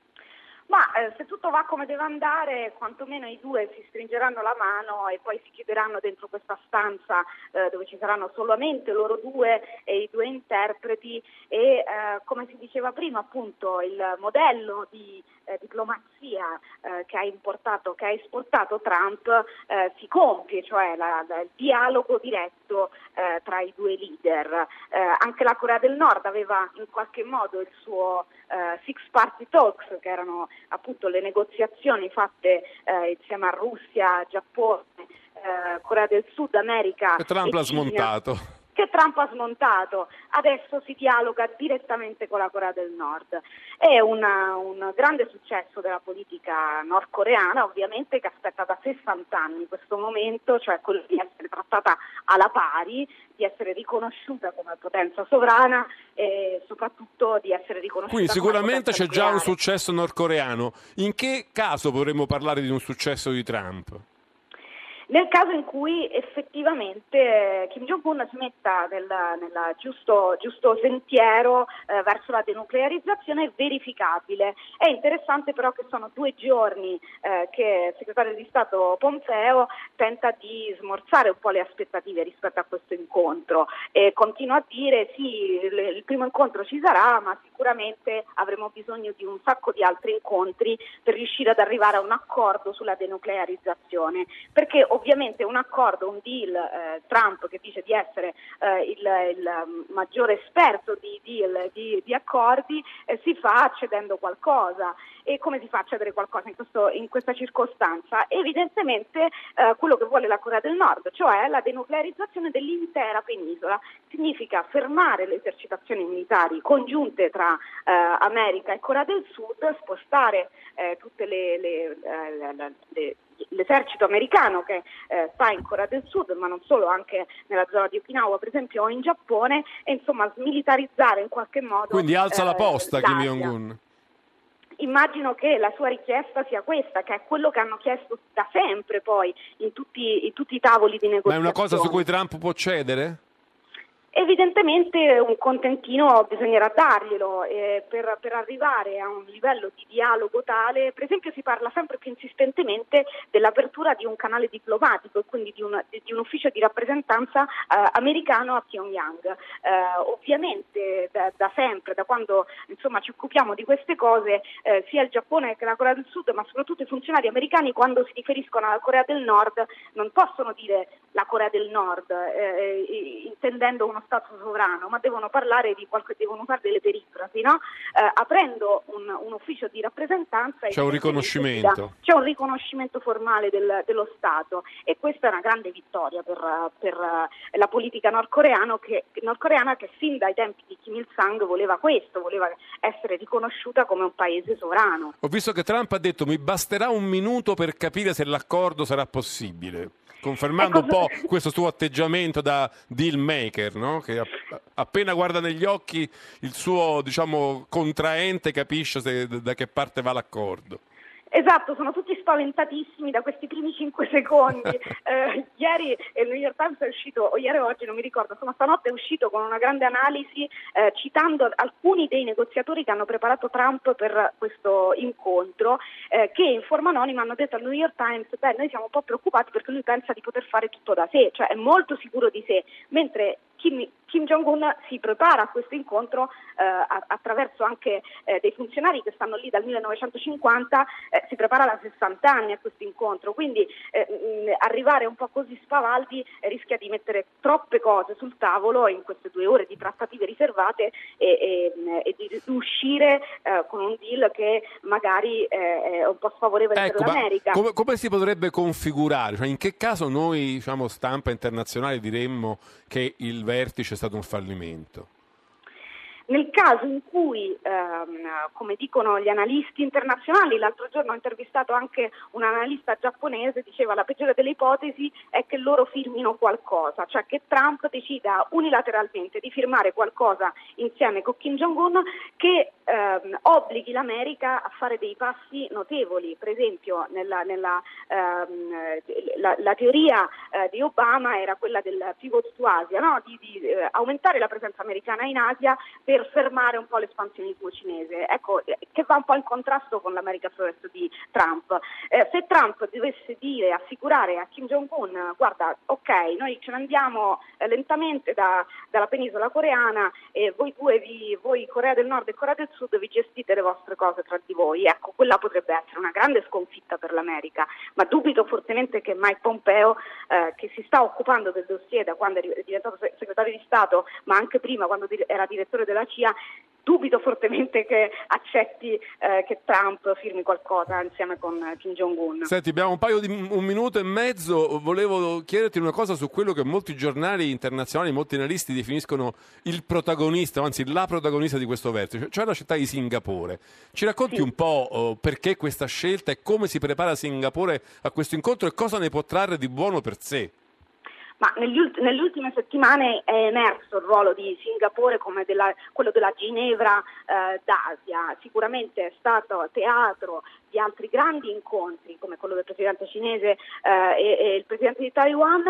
Ma eh, se tutto va come deve andare, quantomeno i due si stringeranno la mano e poi si chiuderanno dentro questa stanza eh, dove ci saranno solamente loro due e i due interpreti e eh, come si diceva prima appunto il modello di eh, diplomazia eh, che ha importato, che ha esportato Trump eh, si compie, cioè la, la, il dialogo diretto eh, tra i due leader. Eh, anche la Corea del Nord aveva in qualche modo il suo eh, Six Party Talks, che erano appunto le negoziazioni fatte eh, insieme a Russia, Giappone, eh, Corea del Sud, America che Trump e l'ha Cina, smontato. Che Trump ha smontato. Adesso si dialoga direttamente con la Corea del Nord. È una, un grande successo della politica nordcoreana, ovviamente, che aspetta da sessanta anni questo momento, cioè quello di essere trattata alla pari, di essere riconosciuta come potenza sovrana e soprattutto di essere riconosciuta. Quindi sicuramente c'è nucleare. già un successo nordcoreano. In che caso potremmo parlare di un successo di Trump? Nel caso in cui effettivamente Kim Jong-un si metta nel, nel giusto, giusto sentiero eh, verso la denuclearizzazione verificabile. È interessante però che sono due giorni eh, che il segretario di Stato Pompeo tenta di smorzare un po' le aspettative rispetto a questo incontro e continua a dire sì, il, il primo incontro ci sarà, ma sicuramente avremo bisogno di un sacco di altri incontri per riuscire ad arrivare a un accordo sulla denuclearizzazione, perché ovviamente un accordo, un deal, eh, Trump che dice di essere eh, il, il maggiore esperto di deal, di, di accordi, eh, si fa accedendo qualcosa. E come si fa a accedere qualcosa in, questo, in questa circostanza? Evidentemente eh, quello che vuole la Corea del Nord, cioè la denuclearizzazione dell'intera penisola. Significa fermare le esercitazioni militari congiunte tra eh, America e Corea del Sud, spostare eh, tutte le, le, eh, le, le l'esercito americano che eh, sta in Corea del Sud, ma non solo, anche nella zona di Okinawa per esempio o in Giappone, e insomma smilitarizzare in qualche modo. Quindi alza eh, la posta l'Asia. Kim Jong-un. Immagino che la sua richiesta sia questa, che è quello che hanno chiesto da sempre poi in tutti, in tutti i tavoli di negoziazione. Ma è una cosa su cui Trump può cedere? Evidentemente un contentino bisognerà darglielo eh, per, per arrivare a un livello di dialogo tale. Per esempio si parla sempre più insistentemente dell'apertura di un canale diplomatico e quindi di un, di un ufficio di rappresentanza eh, americano a Pyongyang. Eh, ovviamente da, da sempre, da quando insomma ci occupiamo di queste cose, eh, sia il Giappone che la Corea del Sud, ma soprattutto i funzionari americani, quando si riferiscono alla Corea del Nord non possono dire la Corea del Nord eh, intendendo uno Stato sovrano, ma devono parlare di qualche, devono fare delle perifrasi, no? Eh, aprendo un, un ufficio di rappresentanza c'è un riconoscimento c'è un riconoscimento formale del, dello Stato, e questa è una grande vittoria per, per la politica nordcoreana che, nordcoreana che fin dai tempi di Kim Il-sung voleva questo, voleva essere riconosciuta come un paese sovrano. Ho visto che Trump ha detto mi basterà un minuto per capire se l'accordo sarà possibile, confermando un po' questo suo atteggiamento da deal maker, no? Che appena guarda negli occhi il suo, diciamo, contraente capisce se, da che parte va l'accordo. Esatto, sono tutti spaventatissimi da questi primi cinque secondi. Eh, ieri il New York Times è uscito, o ieri o oggi non mi ricordo, insomma stanotte è uscito con una grande analisi eh, citando alcuni dei negoziatori che hanno preparato Trump per questo incontro, eh, che in forma anonima hanno detto al New York Times: beh, noi siamo un po' preoccupati perché lui pensa di poter fare tutto da sé, cioè è molto sicuro di sé, mentre Kim, Kim Jong-un si prepara a questo incontro eh, attraverso anche eh, dei funzionari che stanno lì dal millenovecentocinquanta, eh, si prepara da sessanta anni a questo incontro, quindi eh, mh, arrivare un po' così spavaldi eh, rischia di mettere troppe cose sul tavolo in queste due ore di trattative riservate e, e, e di uscire eh, con un deal che magari eh, è un po' sfavorevole ecco, per l'America. Come, come si potrebbe configurare? Cioè, in che caso noi, diciamo, stampa internazionale, diremmo che il vertice è stato un fallimento? Nel caso in cui, ehm, come dicono gli analisti internazionali, l'altro giorno ho intervistato anche un analista giapponese, diceva la peggiore delle ipotesi è che loro firmino qualcosa, cioè che Trump decida unilateralmente di firmare qualcosa insieme con Kim Jong-un che ehm, obblighi l'America a fare dei passi notevoli. Per esempio nella, nella, ehm, la, la teoria eh, di Obama era quella del pivot to Asia, no? di, di eh, aumentare la presenza americana in Asia per fermare un po' l'espansionismo cinese, ecco, che va un po' in contrasto con l'America First di Trump. Eh, se Trump dovesse dire, assicurare a Kim Jong-un, guarda, ok, noi ce ne andiamo eh, lentamente da, dalla penisola coreana e voi due, vi, voi Corea del Nord e Corea del Sud, vi gestite le vostre cose tra di voi, ecco, quella potrebbe essere una grande sconfitta per l'America, ma dubito fortemente che Mike Pompeo, eh, che si sta occupando del dossier da quando è diventato segretario di Stato, ma anche prima quando era direttore della C I A, dubito fortemente che accetti eh, che Trump firmi qualcosa insieme con eh, Kim Jong-un. Senti, abbiamo un paio di un minuto e mezzo, volevo chiederti una cosa su quello che molti giornali internazionali, molti analisti definiscono il protagonista, anzi la protagonista di questo vertice, cioè la città di Singapore. Ci racconti sì. un po' oh, perché questa scelta e come si prepara Singapore a questo incontro e cosa ne può trarre di buono per sé? Ma negli ult- nelle ultime settimane è emerso il ruolo di Singapore come della, quello della Ginevra eh, d'Asia, sicuramente è stato teatro di altri grandi incontri come quello del presidente cinese eh, e, e il presidente di Taiwan.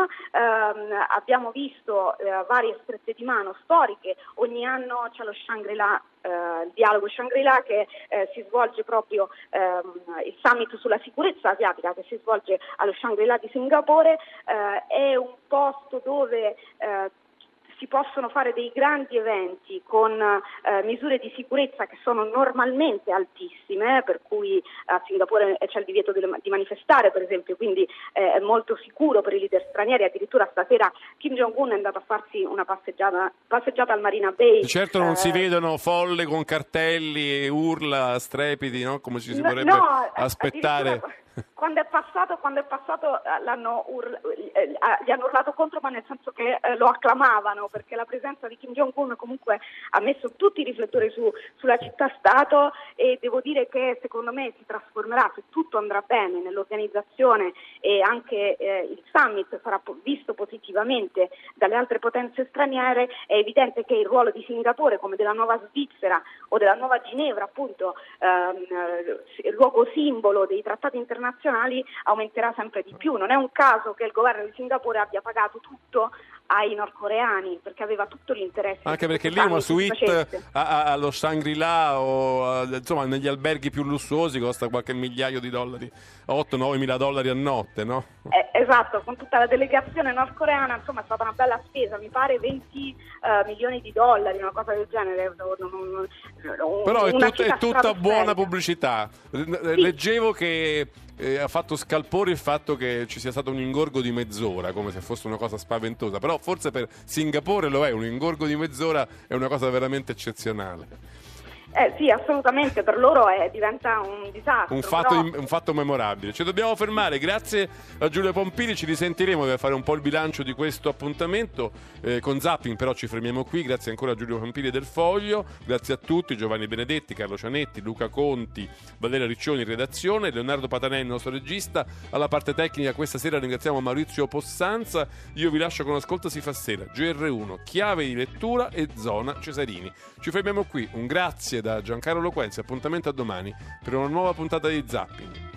Eh, abbiamo visto eh, varie strette di mano storiche, ogni anno c'è lo Shangri-La, eh, il dialogo Shangri-La che eh, si svolge proprio, ehm, il summit sulla sicurezza asiatica che si svolge allo Shangri-La di Singapore, eh, è un posto dove eh, si possono fare dei grandi eventi con eh, misure di sicurezza che sono normalmente altissime, per cui a Singapore c'è il divieto di, di manifestare, per esempio, quindi eh, è molto sicuro per i leader stranieri. Addirittura stasera Kim Jong-un è andato a farsi una passeggiata, passeggiata al Marina Bay. Di certo non eh, si vedono folle con cartelli e urla, strepiti, no? Come ci si vorrebbe no, aspettare. Quando è passato, quando è passato l'hanno ur- eh, gli hanno urlato contro, ma nel senso che eh, lo acclamavano, perché la presenza di Kim Jong-un comunque ha messo tutti i riflettori su, sulla città-stato, e devo dire che secondo me si trasformerà, se tutto andrà bene nell'organizzazione e anche eh, il summit sarà po- visto positivamente dalle altre potenze straniere, è evidente che il ruolo di Singapore, come della nuova Svizzera o della nuova Ginevra, appunto ehm, eh, luogo simbolo dei trattati internazionali, aumenterà sempre di più. Non è un caso che il governo di Singapore abbia pagato tutto ai nordcoreani, perché aveva tutto l'interesse. Anche perché lì una una suite a, a, allo Shangri-La o a, insomma negli alberghi più lussuosi costa qualche migliaio di dollari, otto nove mila dollari a notte, no? Eh, esatto, con tutta la delegazione nordcoreana, insomma è stata una bella spesa, mi pare venti uh, milioni di dollari, una cosa del genere. Un, un, Però è, tut, è tutta buona pubblicità. pubblicità. Sì. Leggevo che eh, ha fatto scalpore il fatto che ci sia stato un ingorgo di mezz'ora, come se fosse una cosa spaventosa, però forse per Singapore lo è, un ingorgo di mezz'ora è una cosa veramente eccezionale. Eh sì, assolutamente, per loro è, diventa un disastro. Un fatto, però... un fatto memorabile. Ci dobbiamo fermare, grazie a Giulia Pompili, ci risentiremo per fare un po' il bilancio di questo appuntamento eh, con Zapping, però ci fermiamo qui. Grazie ancora a Giulia Pompili del Foglio, grazie a tutti, Giovanni Benedetti, Carlo Cianetti, Luca Conti, Valeria Riccioni in redazione, Leonardo Patanè il nostro regista, alla parte tecnica questa sera ringraziamo Maurizio Possanza. Io vi lascio con Ascolta si fa sera, G R uno, chiave di lettura e zona Cesarini. Ci fermiamo qui, un grazie da Giancarlo Loquenzi, appuntamento a domani per una nuova puntata di Zapping.